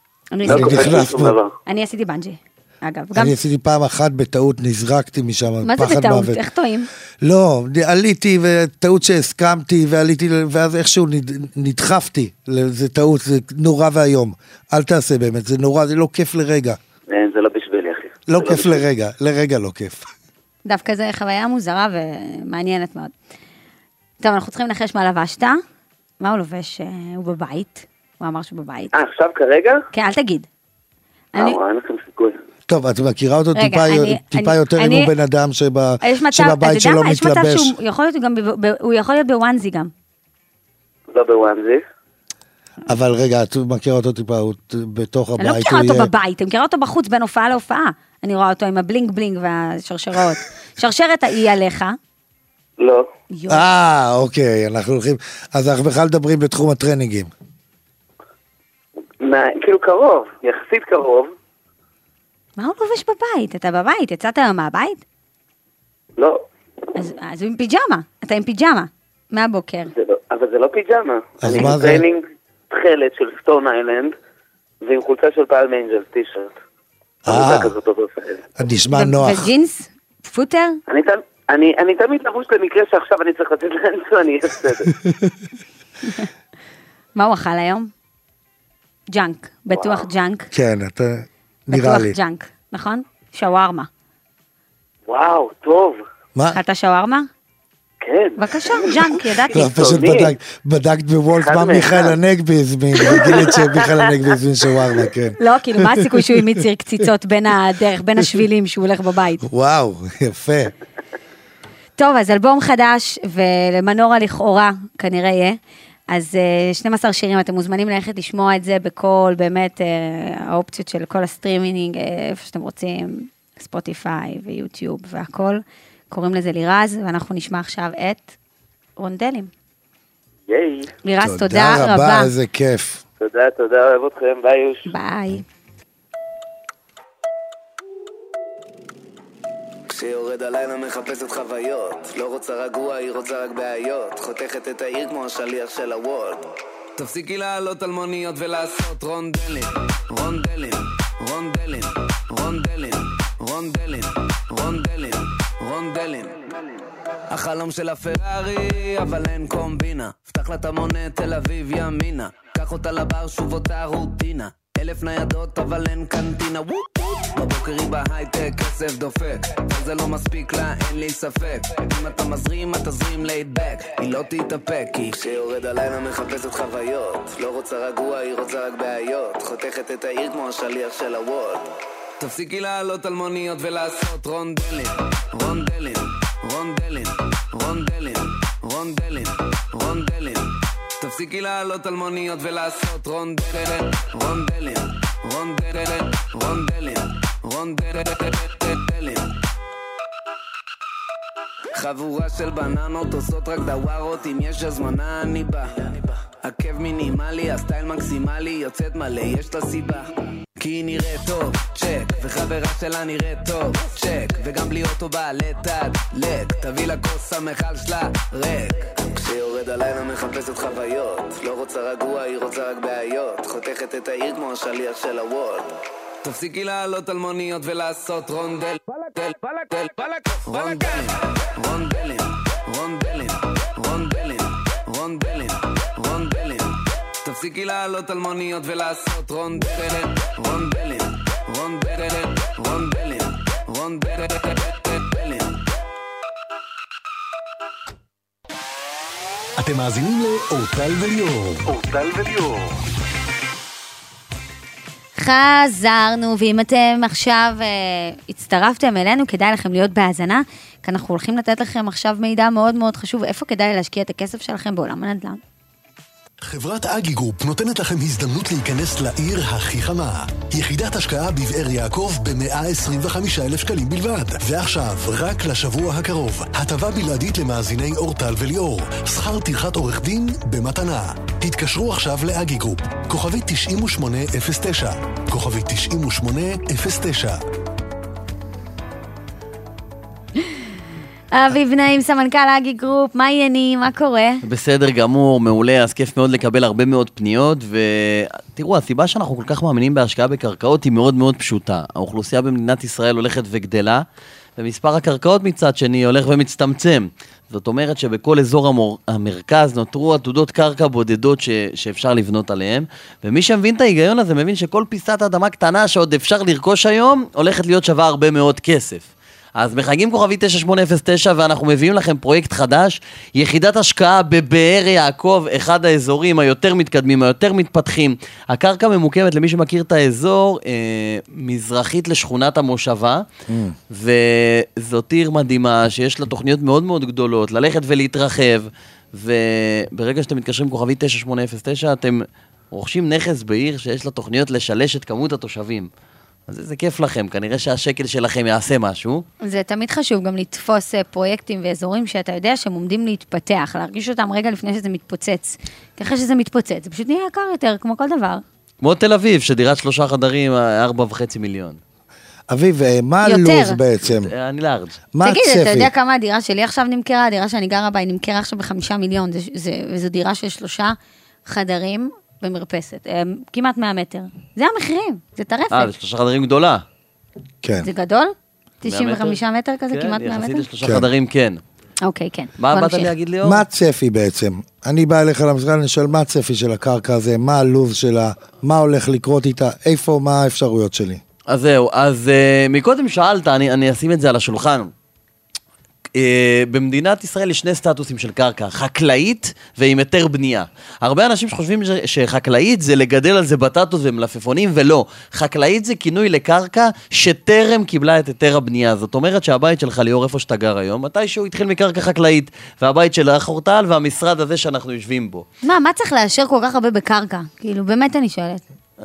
אני עשיתי בנג'י, אגב. אני עשיתי פעם אחת בטעות, נזרקתי משם. מה זה בטעות? איך טועים? לא, עליתי וטעות שהסכמתי, ועליתי, ואז איכשהו נדחפתי. זה טעות, זה נורא והיום. אל תעשה באמת, זה נורא, זה לא כיף לרגע. זה לא בשבילי, אחי. לא כיף לרגע לא כיף. דווקא זה חוויה מוזרה ומעניינת מאוד. טוב, אנחנו צריכים לנחש מה לבשת. מה הוא לובש? הוא בבית. הוא אמר שהוא בבית. עכשיו כרגע? כן, אל תגיד. אין לכם סיכוי. טוב, את מכירה אותו טיפה יותר אם הוא בן אדם שבבית שלו מתלבש. הוא יכול להיות בוואנזי גם. לא בוואנזי. אבל רגע, את מכירה אותו טיפה בתוך הבית. אני לא מכירה אותו בבית, אני מכירה אותו בחוץ בין הופעה להופעה. אני רואה אותו עם הבלינג בלינג והשרשרות. שרשרת האי עליך. לא. אוקיי, אנחנו הולכים. אז אנחנו בכלל מדברים בתחום הטרנינגים. כאילו קרוב, יחסית קרוב. מה הוא לובש בבית? אתה בבית? יצאת היום מהבית? לא. אז הוא עם פיג'מה. אתה עם פיג'מה. מהבוקר. אבל זה לא פיג'מה. אז מה זה? טרנינג תחלת של סטון איילנד, ועם חולצה של פאלם אנג'ל, טישרט. נשמע נוח. וג'ינס? פוטר? אני תמיד לבוש למקרה שעכשיו אני צריך לתת לאנסו, אני אהיה בסדר. מה הוא אכל היום? ג'אנק, בטוח ג'אנק. כן, אתה נראה לי. בטוח ג'אנק, נכון? שווארמה. וואו, טוב. מה? אכלת שווארמה? כן. בבקשה, ג'אנק, ידעתי. לא, פשוט בדקת בוולט מה מיכאל הנגבי הזמין, וגילית שמיכאל הנגבי הזמין שווארמה, כן. לא, כאילו, מה הסיכוי שהוא עם יציר קציצות בין הדרך, בין השבילים שהוא הולך בבית? וואו, יפה. טוב, אז אלבום חדש, ולמנורה לכאורה, כנראה יהיה. אז 12 שירים, אתם מוזמנים ללכת לשמוע את זה בכל, באמת, האופציות של כל הסטרימינג, איפה שאתם רוצים, ספוטיפיי ויוטיוב והכל. קוראים לזה לירז, ואנחנו נשמע עכשיו את רונדלים. ייי. לירז, תודה רבה. תודה רבה, איזה כיף. תודה, אוהב אתכם, ביי יוש. ביי. כשיורד הלילה מחפשת חוויות, לא רוצה רגוע, היא רוצה רק בעיות, חותכת את העיר כמו השליח של הוולד. תפסיקי לעלות על מוניות ולעשות רונדלים, רונדלים, רונדלים, רונדלים, רונדלים, רונדלים, רונדלים. החלום של הפרארי, אבל אין קומבינה, פתח לה את המונה תל אביב ימינה, קח אותה לבר שוב אותה רוטינה, 1000 ניידות אבל אין קנטינה. בבוקר היא בהייטק, כסף דופק, אבל זה לא מספיק לה, אין לי ספק, אם אתה מזרים, אתה זרים ליידבק, היא לא תתאפק, כי כשיורד הלילה מחפשת חוויות, לא רוצה רגוע, היא רוצה רק בעיות, חותכת את העיר כמו השליח של הוולד. תפסיקי לעלות על מוניות ולעשות רונדלים, רונדלים, רונדלים, רונדלים, רונדלים, רונדלים. תפסיקי לעלות על מוניות ולעשות רונדלים, רונדלים, רונדלים, רונדלים, רונדלים. חבורה של בננות עושות רק דווארות, אם יש הזמנה אני בא. עקב מינימלי, הסטייל מקסימלי, יוצאת מלא, יש לה סיבה. כי היא נראית טוב, צ'ק, וחברה שלה נראית טוב, צ'ק, וגם בלי אוטו בעלי תד, לק, תביא לה כוס המחל שלה, ריק. כשיורד הלילה מחפשת חוויות, לא רוצה רגוע, היא רוצה רק בעיות, חותכת את העיר כמו השליח של הוולד. תפסיקי לעלות על מוניות ולעשות רונדל, רונדלים, רונדלים, רונדלים, רונדלים, רונדלים, רונדלים. תפסיקי לעלות על מוניות ולעשות רונדלים, רונדלים, רונדלים, רונדלים, רונדלים. אתם מאזינים לאורטל וליאור. אורטל וליאור. חזרנו, ואם אתם עכשיו הצטרפתם אלינו, כדאי לכם להיות בהאזנה, כי אנחנו הולכים לתת לכם עכשיו מידע מאוד מאוד חשוב, איפה כדאי להשקיע את הכסף שלכם בעולם הנדל"ן. חברת אגי גרופ נותנת לכם הזדמנות להיכנס לעיר הכי חמה. יחידת השקעה בבאר יעקב ב-125,000 שקלים בלבד. ועכשיו, רק לשבוע הקרוב, הטבה בלעדית למאזיני אורטל וליאור. שכר טרחת עורך דין במתנה. התקשרו עכשיו לאגי גרופ. כוכבי 9809. כוכבי 9809. אביב נעים, סמנכ"ל אגי גרופ, מה העניינים, מה קורה? בסדר גמור, מעולה, אז כיף מאוד לקבל הרבה מאוד פניות, ותראו, הסיבה שאנחנו כל כך מאמינים בהשקעה בקרקעות היא מאוד מאוד פשוטה. האוכלוסייה במדינת ישראל הולכת וגדלה, ומספר הקרקעות מצד שני הולך ומצטמצם. זאת אומרת שבכל אזור המרכז נותרו עתודות קרקע בודדות שאפשר לבנות עליהן, ומי שמבין את ההיגיון הזה מבין שכל פיסת אדמה קטנה שעוד אפשר לרכוש היום, הולכת להיות שווה הרבה מאוד כסף. אז מחייגים כוכבי 9809 ואנחנו מביאים לכם פרויקט חדש, יחידת השקעה בבאר יעקב, אחד האזורים היותר מתקדמים, היותר מתפתחים. הקרקע ממוקמת, למי שמכיר את האזור, מזרחית לשכונת המושבה, וזאת עיר מדהימה שיש לה תוכניות מאוד מאוד גדולות, ללכת ולהתרחב, וברגע שאתם מתקשרים כוכבי 9809, אתם רוכשים נכס בעיר שיש לה תוכניות לשלש את כמות התושבים. אז זה כיף לכם, כנראה שהשקל שלכם יעשה משהו. זה תמיד חשוב גם לתפוס פרויקטים ואזורים שאתה יודע שהם עומדים להתפתח, להרגיש אותם רגע לפני שזה מתפוצץ. ככה שזה מתפוצץ, זה פשוט נהיה יקר יותר, כמו כל דבר. כמו תל אביב, שדירת 3 חדרים, 4.5 מיליון. אביב, מה הלוז בעצם? אני לארג'. מה הצפי? תגיד, אתה יודע כמה הדירה שלי עכשיו נמכרה? הדירה שאני גרה בה, היא נמכרה עכשיו ב5 מיליון, וזו דירה של 3 חדרים, במרפסת, כמעט 100 מטר. זה המחירים, זה טרפת. זה 3 חדרים גדולה. כן. זה גדול? 95 מטר כזה, כמעט 100 מטר? כן, יחסית ל3 חדרים, כן. אוקיי, כן. מה באת להגיד לי? מה הצפי בעצם? אני בא אליך למשרד, אני שואל מה הצפי של הקרקע הזה, מה הלוז שלה, מה הולך לקרות איתה, איפה, מה האפשרויות שלי? אז זהו, אז מקודם שאלת, אני אשים את זה על השולחן. במדינת ישראל יש 2 סטטוסים של קרקע, חקלאית ועם היתר בנייה. הרבה אנשים שחושבים שחקלאית זה לגדל על זה בטטות ומלפפונים, ולא. חקלאית זה כינוי לקרקע שטרם קיבלה את היתר הבנייה. זאת אומרת שהבית שלך ליאור איפה שאתה גר היום, מתישהו התחיל מקרקע חקלאית, והבית של אורטל והמשרד הזה שאנחנו יושבים בו. מה צריך לאשר כל כך הרבה בקרקע? כאילו, באמת אני שואלת.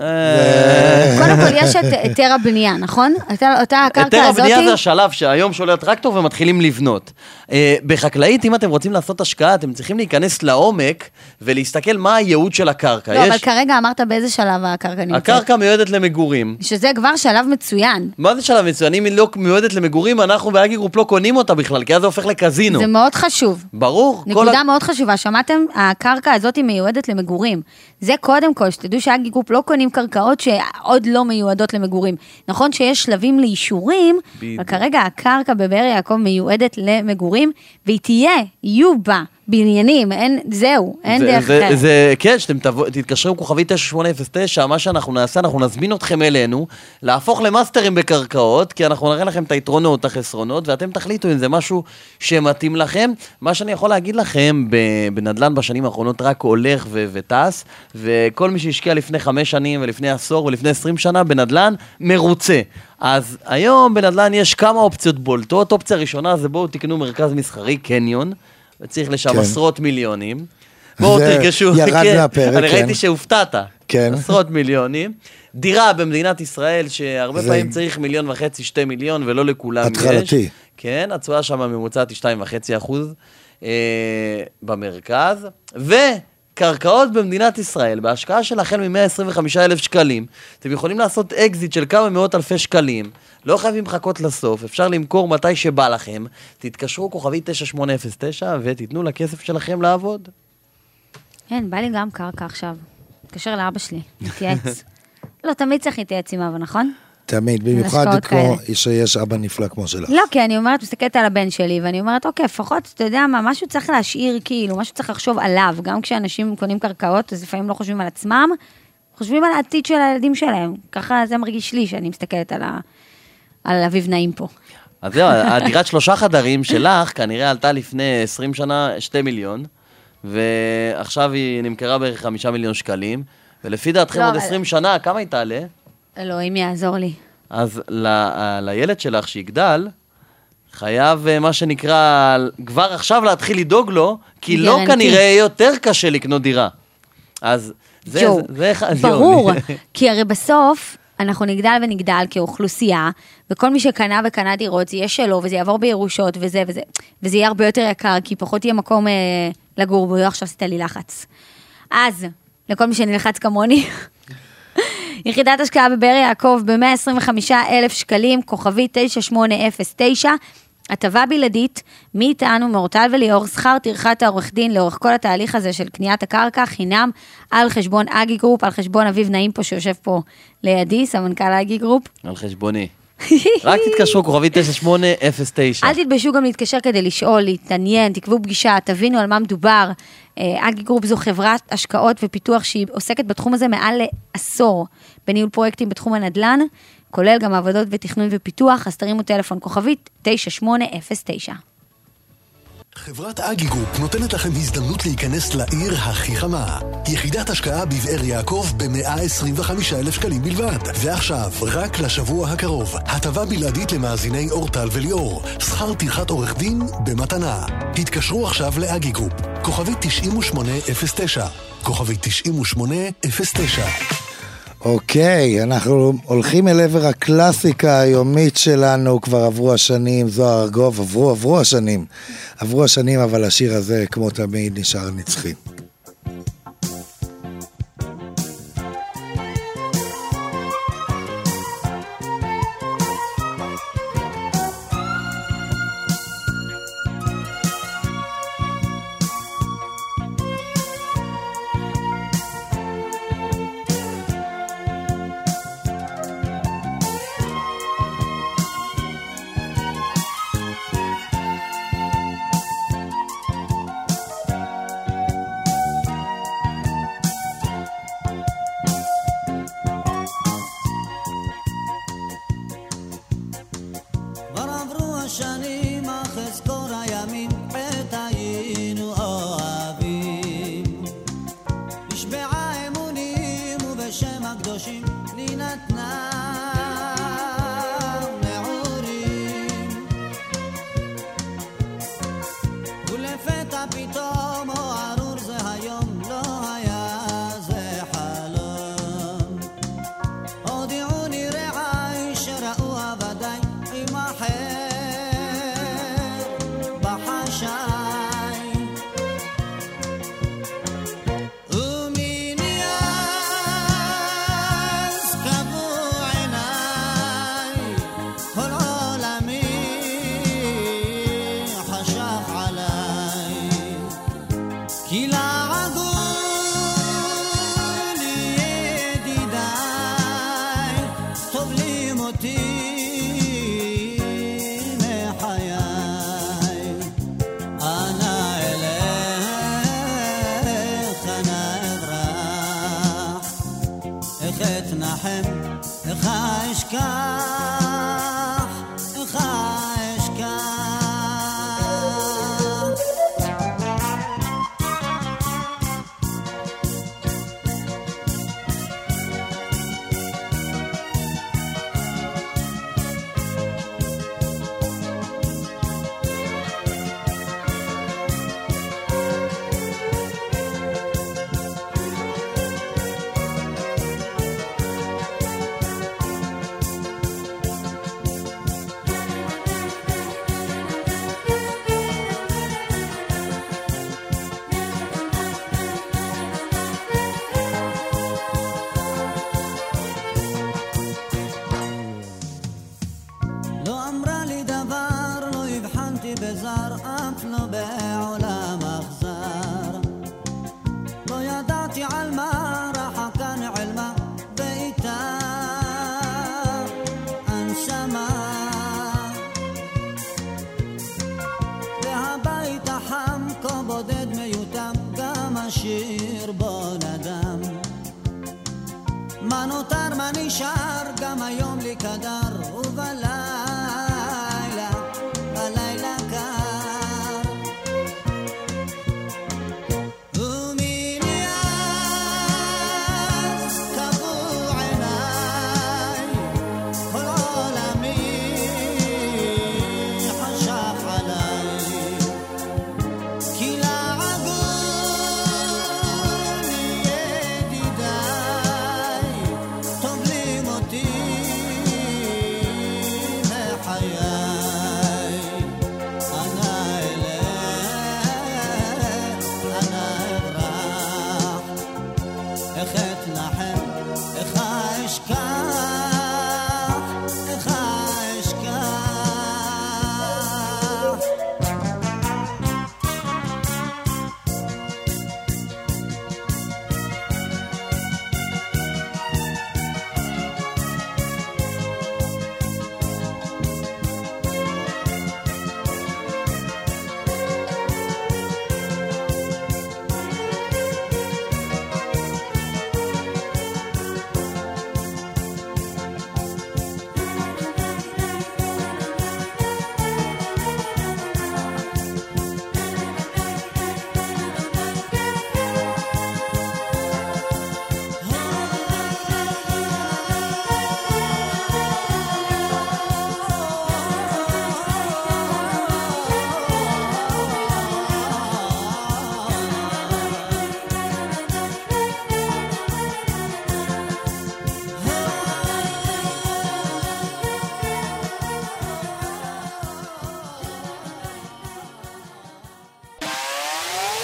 קודם כל יש את היתר הבנייה, נכון? אותה הקרקע הזאת... היתר הבנייה זה השלב שהיום שעולה טרקטור ומתחילים לבנות. בחקלאית, אם אתם רוצים לעשות השקעה, אתם צריכים להיכנס לעומק ולהסתכל מה הייעוד של הקרקע. לא, אבל כרגע אמרת באיזה שלב הקרקע נמצאת. הקרקע מיועדת למגורים. שזה כבר שלב מצוין. מה זה שלב מצוין? אם היא לא מיועדת למגורים, אנחנו באגי גרופ לא קונים אותה בכלל, כי אז זה הופך לקזינו. זה מאוד חשוב. ברור. נקודה מאוד חשובה. שמעתם? הקרקע הזאת היא מיועדת למגורים. זה קודם כל, שתדעו שהאגי גרופ לא קונים קרקעות שעוד לא מיועדות למגורים. נכון שיש שלבים לאישורים, אבל כרגע הקרקע בבאר יעקב מיועדת למגורים, והיא יהיו בה בניינים, זהו, אין דרך אחרת. כן, שאתם תתקשרו כוכבי 9809, מה שאנחנו נעשה, אנחנו נזמין אתכם אלינו, להפוך למאסטרים בקרקעות, כי אנחנו נראה לכם את היתרונות, החסרונות, ואתם תחליטו אם זה משהו שמתאים לכם. מה שאני יכול להגיד לכם, בנדל"ן בשנים האחרונות רק הולך וטס, וכל מי שהשקיע לפני 5 שנים ולפני עשור ולפני 20 שנה בנדל"ן, מרוצה. אז היום בנדל"ן יש כמה אופציות בולטות. אופציה ראשונה זה בואו תקנו מרכז מסחרי, קניון, וצריך לשם עשרות מיליונים. בואו תרגשו. ירד מהפרק, אני ראיתי שהופתעת. כן. עשרות מיליונים. דירה במדינת ישראל, שהרבה פעמים צריך 1.5 מיליון, 2 מיליון, ולא לכולם יש. התחלתי. כן, התשואה שם הממוצעת היא 2.5% במרכז. וקרקעות במדינת ישראל, בהשקעה של החל מ-125,000 שקלים, אתם יכולים לעשות אקזיט של כמה מאות אלפי שקלים, לא חייבים לחכות לסוף, אפשר למכור מתי שבא לכם, תתקשרו כוכבי 9809 ותיתנו לכסף שלכם לעבוד. כן, בא לי גם קרקע עכשיו. תתקשר לאבא שלי, נתייעץ. לא, תמיד צריך להתייעץ עם אבא, נכון? תמיד, במיוחד כמו שיש אבא נפלא כמו שלך. לא, כי אני אומרת, מסתכלת על הבן שלי, ואני אומרת, אוקיי, לפחות, אתה יודע מה, משהו צריך להשאיר כאילו, משהו צריך לחשוב עליו, גם כשאנשים קונים קרקעות, אז לפעמים לא חושבים על עצמם, חושבים על העתיד של הילדים שלהם. ככה זה מרגיש לי שאני מסתכלת על אביב נעים פה. אז זהו, הדירת 3 חדרים שלך כנראה עלתה לפני 20 שנה 2 מיליון, ועכשיו היא נמכרה בערך 5 מיליון שקלים, ולפי דעתכם עוד 20 שנה, כמה היא תעלה? אלוהים יעזור לי. אז לילד שלך שיגדל, חייב מה שנקרא, כבר עכשיו להתחיל לדאוג לו, כי לא כנראה יותר קשה לקנות דירה. אז זה ברור, כי הרי בסוף אנחנו נגדל ונגדל כאוכלוסייה, וכל מי שקנה וקנה דירות, זה יהיה שלו, וזה יעבור בירושות, וזה יהיה הרבה יותר יקר, כי פחות יהיה מקום לגור בו. עכשיו עשית לי לחץ. אז, לכל מי שנלחץ כמוני, יחידת השקעה בבאר יעקב ב-125,000 שקלים, כוכבי 9809, הטבה בלעדית, מאיתנו, מאורטל וליאור, שכר טרחת העורך דין לאורך כל התהליך הזה של קניית הקרקע, חינם על חשבון אגי גרופ, על חשבון אביב נעים פה שיושב פה לידי, סמנכ"ל אגי גרופ. על חשבוני. רק תתקשרו, כוכבי 9809. אל תתביישו גם להתקשר כדי לשאול, להתעניין, תקבעו פגישה, תבינו על מה מדובר. אגי גרופ זו חברת השקעות ופיתוח שהיא עוסקת בתחום הזה מעל לעשור, בניהול פרויקטים בתחום הנדל"ן, כולל גם עבודות ותכנון ופיתוח, אז תרימו טלפון כוכבית 9809. חברת אגי גרופ נותנת לכם הזדמנות להיכנס לעיר הכי חמה. יחידת השקעה בבאר יעקב ב-125,000 שקלים בלבד. ועכשיו, רק לשבוע הקרוב, הטבה בלעדית למאזיני אורטל וליאור. שכר טרחת עורך דין במתנה. התקשרו עכשיו לאגי גרופ. כוכבית 9809. כוכבית 9809. אוקיי, אנחנו הולכים אל עבר הקלאסיקה היומית שלנו, כבר עברו השנים, זוהר ארגוב, עברו השנים, אבל השיר הזה, כמו תמיד, נשאר נצחי.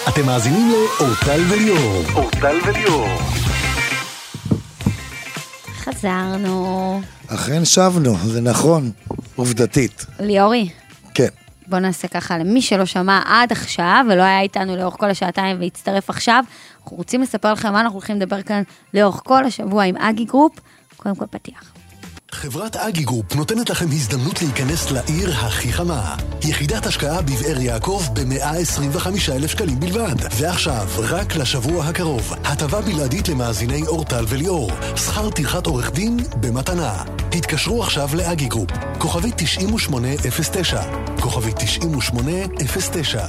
אתם מאזינים לאורטל וליאור. אורטל וליאור. חזרנו. אכן שבנו, זה נכון, עובדתית. ליאורי. כן. בוא נעשה ככה, למי שלא שמע עד עכשיו, ולא היה איתנו לאורך כל השעתיים והצטרף עכשיו, אנחנו רוצים לספר לכם מה אנחנו הולכים לדבר כאן לאורך כל השבוע עם אגי גרופ. קודם כל פתיח. חברת אגי גרופ נותנת לכם הזדמנות להיכנס לעיר הכי חמה. יחידת השקעה בבאר יעקב ב-125,000 שקלים בלבד. ועכשיו, רק לשבוע הקרוב, הטבה בלעדית למאזיני אורטל וליאור. שכר טרחת עורך דין במתנה. התקשרו עכשיו לאגי גרופ. כוכבי 9809. כוכבי 9809.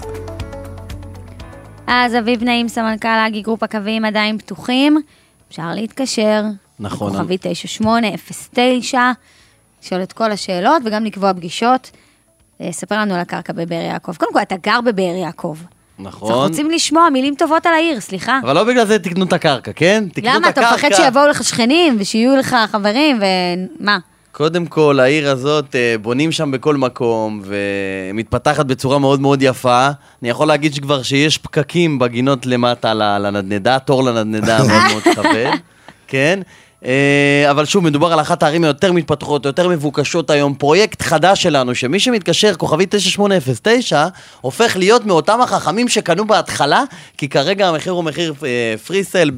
אז אביב נעים, סמנכ"ל אגי גרופ, הקווים עדיין פתוחים. אפשר להתקשר. נכון. כוכבי 9809, לשאול את כל השאלות וגם לקבוע פגישות. ספר לנו על הקרקע בבאר יעקב. קודם כל, אתה גר בבאר יעקב. נכון. אנחנו רוצים לשמוע מילים טובות על העיר, סליחה. אבל לא בגלל זה תקנו את הקרקע, כן? למה? אתה מפחד שיבואו לך שכנים ושיהיו לך חברים ומה? קודם כל, העיר הזאת בונים שם בכל מקום ומתפתחת בצורה מאוד מאוד יפה. אני יכול להגיד שכבר שיש פקקים בגינות למטה לנדנדה, תור לנדנדה מאוד מאוד כבד. כן? אבל שוב, מדובר על אחת הערים היותר מתפתחות, יותר מבוקשות היום, פרויקט חדש שלנו, שמי שמתקשר, כוכבי 9809, הופך להיות מאותם החכמים שקנו בהתחלה, כי כרגע המחיר הוא מחיר פריסל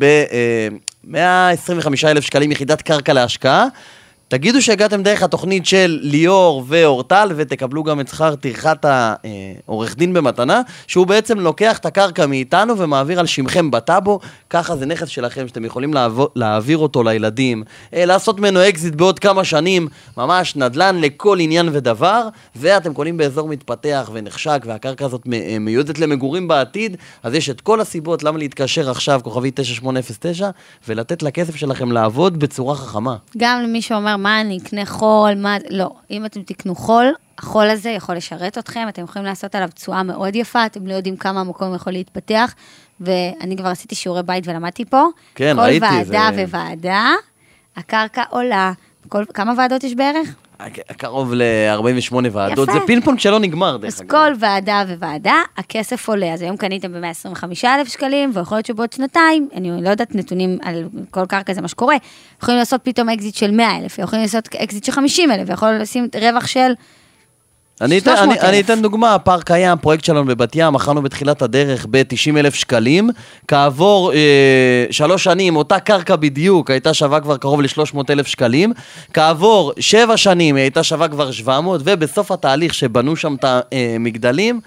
ב-125,000 שקלים יחידת קרקע להשקעה. תגידו שהגעתם דרך התוכנית של ליאור ואורטל, ותקבלו גם את שכר טרחת העורך דין במתנה, שהוא בעצם לוקח את הקרקע מאיתנו ומעביר על שמכם בטאבו, ככה זה נכס שלכם שאתם יכולים להעביר אותו לילדים, לעשות ממנו אקזיט בעוד כמה שנים, ממש נדלן לכל עניין ודבר, ואתם קונים באזור מתפתח ונחשק, והקרקע הזאת מיועדת למגורים בעתיד, אז יש את כל הסיבות למה להתקשר עכשיו, כוכבי 9809, ולתת לכסף שלכם לעבוד בצורה חכמה. גם למי שאומר, מה, אני אקנה חול, מה, לא. אם אתם תקנו חול, החול הזה יכול לשרת אתכם, אתם יכולים לעשות עליו תשואה מאוד יפה, אתם לא יודעים כמה המקום יכול להתפתח, ואני כבר עשיתי שיעורי בית ולמדתי פה. כן, ראיתי. כל ועדה וועדה, הקרקע עולה. כמה ועדות יש בערך? קרוב ל-48 ועדות, זה פינפונג שלא נגמר דרך אגב. אז כל ועדה וועדה, הכסף עולה, אז היום קניתם ב-125,000 שקלים, ויכול להיות שבעוד שנתיים, אני לא יודעת נתונים על כל קרקע, זה מה שקורה, יכולים לעשות פתאום אקזיט של 100,000, יכולים לעשות אקזיט של 50,000, ויכול לשים רווח של 300,000. אני אתן דוגמה, הפארק היה, הפרויקט שלנו בבת ים, מכרנו בתחילת הדרך ב-90,000 שקלים, כעבור 3 שנים, אותה קרקע בדיוק, הייתה שווה כבר קרוב ל-300,000 שקלים, כעבור 7 שנים, הייתה שווה כבר 700, ובסוף התהליך שבנו שם את המגדלים,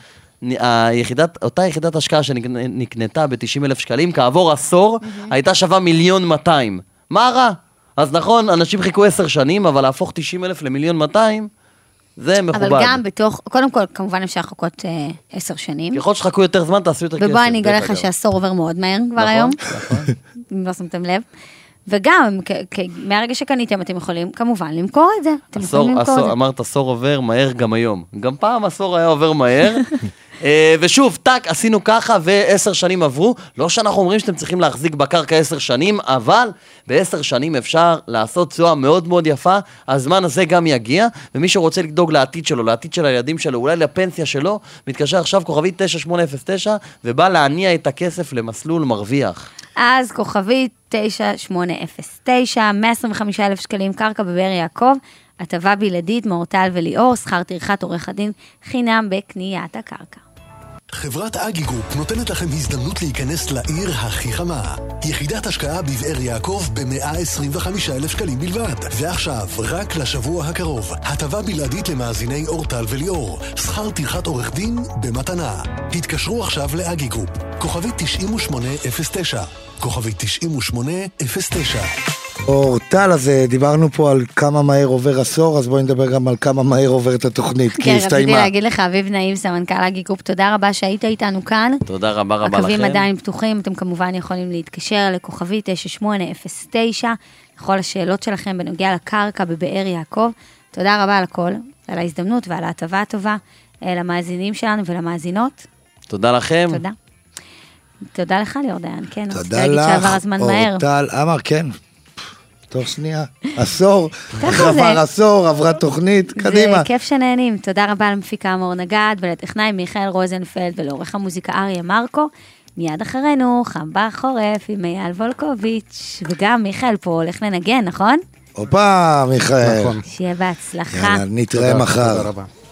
אותה יחידת השקעה שנקנתה ב-90,000 שקלים, כעבור עשור, הייתה שווה 1,200,000. מה רע? אז נכון, אנשים חיכו 10 שנים, אבל להפוך 90,000 ל1,200,000, זה מכובד. אבל גם בתוך, קודם כל, כמובן אפשר לחכות 10 שנים. ככל שחכו יותר זמן, תעשו יותר כסף. ובוא אני אגלה לך שהעשור עובר מאוד מהר כבר היום. נכון. אם לא שמתם לב. וגם, מהרגע שקניתם, אתם יכולים כמובן למכור את זה. אתם יכולים למכור את זה. אמרת, עשור עובר מהר גם היום. גם פעם עשור היה עובר מהר. ושוב, טק, עשינו ככה ו10 שנים עברו. לא שאנחנו אומרים שאתם צריכים להחזיק בקרקע 10 שנים, אבל ב10 שנים אפשר לעשות תשואה מאוד מאוד יפה. הזמן הזה גם יגיע, ומי שרוצה לדאוג לעתיד שלו, לעתיד של הילדים שלו, אולי לפנסיה שלו, מתקשר עכשיו כוכבי 9809, ובא להניע את הכסף למסלול מרוויח. אז כוכבי 9809, 125,000 שקלים קרקע בבאר יעקב, הטבה בלעדית מאורטל וליאור, שכר טרחת עורך הדין חינם בקניית הקרקע. חברת אגי גרופ נותנת לכם הזדמנות להיכנס לעיר הכי חמה. יחידת השקעה בבאר יעקב ב-125,000 שקלים בלבד. ועכשיו, רק לשבוע הקרוב, הטבה בלעדית למאזיני אורטל וליאור. שכר טרחת עורך דין במתנה. התקשרו עכשיו לאגי גרופ. כוכבי 9809. כוכבי 9809. אורטל, אז דיברנו פה על כמה מהר עובר עשור, אז בואי נדבר גם על כמה מהר עובר את התוכנית. כן, רציתי להגיד לך, אביב נעים, סמנכ"ל אגי גרופ, תודה רבה שהיית איתנו כאן. תודה רבה לכם. הקווים עדיין פתוחים, אתם כמובן יכולים להתקשר לכוכבי 9809, לכל השאלות שלכם בנוגע לקרקע בבאר יעקב. תודה רבה על הכל, על ההזדמנות ועל ההטבה הטובה, למאזינים שלנו ולמאזינות. תודה לכם. תודה. תודה לך ליאור דיין, כן. תודה לך, אורטל, אמר, כן. תוך שנייה, עשור, עבר עשור, עברה תוכנית, קדימה. זה כיף שנהנים, תודה רבה למפיקה מור נגד, ולטכנאי מיכאל רוזנפלד, ולעורך המוזיקה אריה מרקו. מיד אחרינו, חם בחורף עם אייל וולקוביץ', וגם מיכאל פה הולך לנגן, נכון? הופה, מיכאל. שיהיה בהצלחה. יאללה, נתראה מחר. תודה רבה.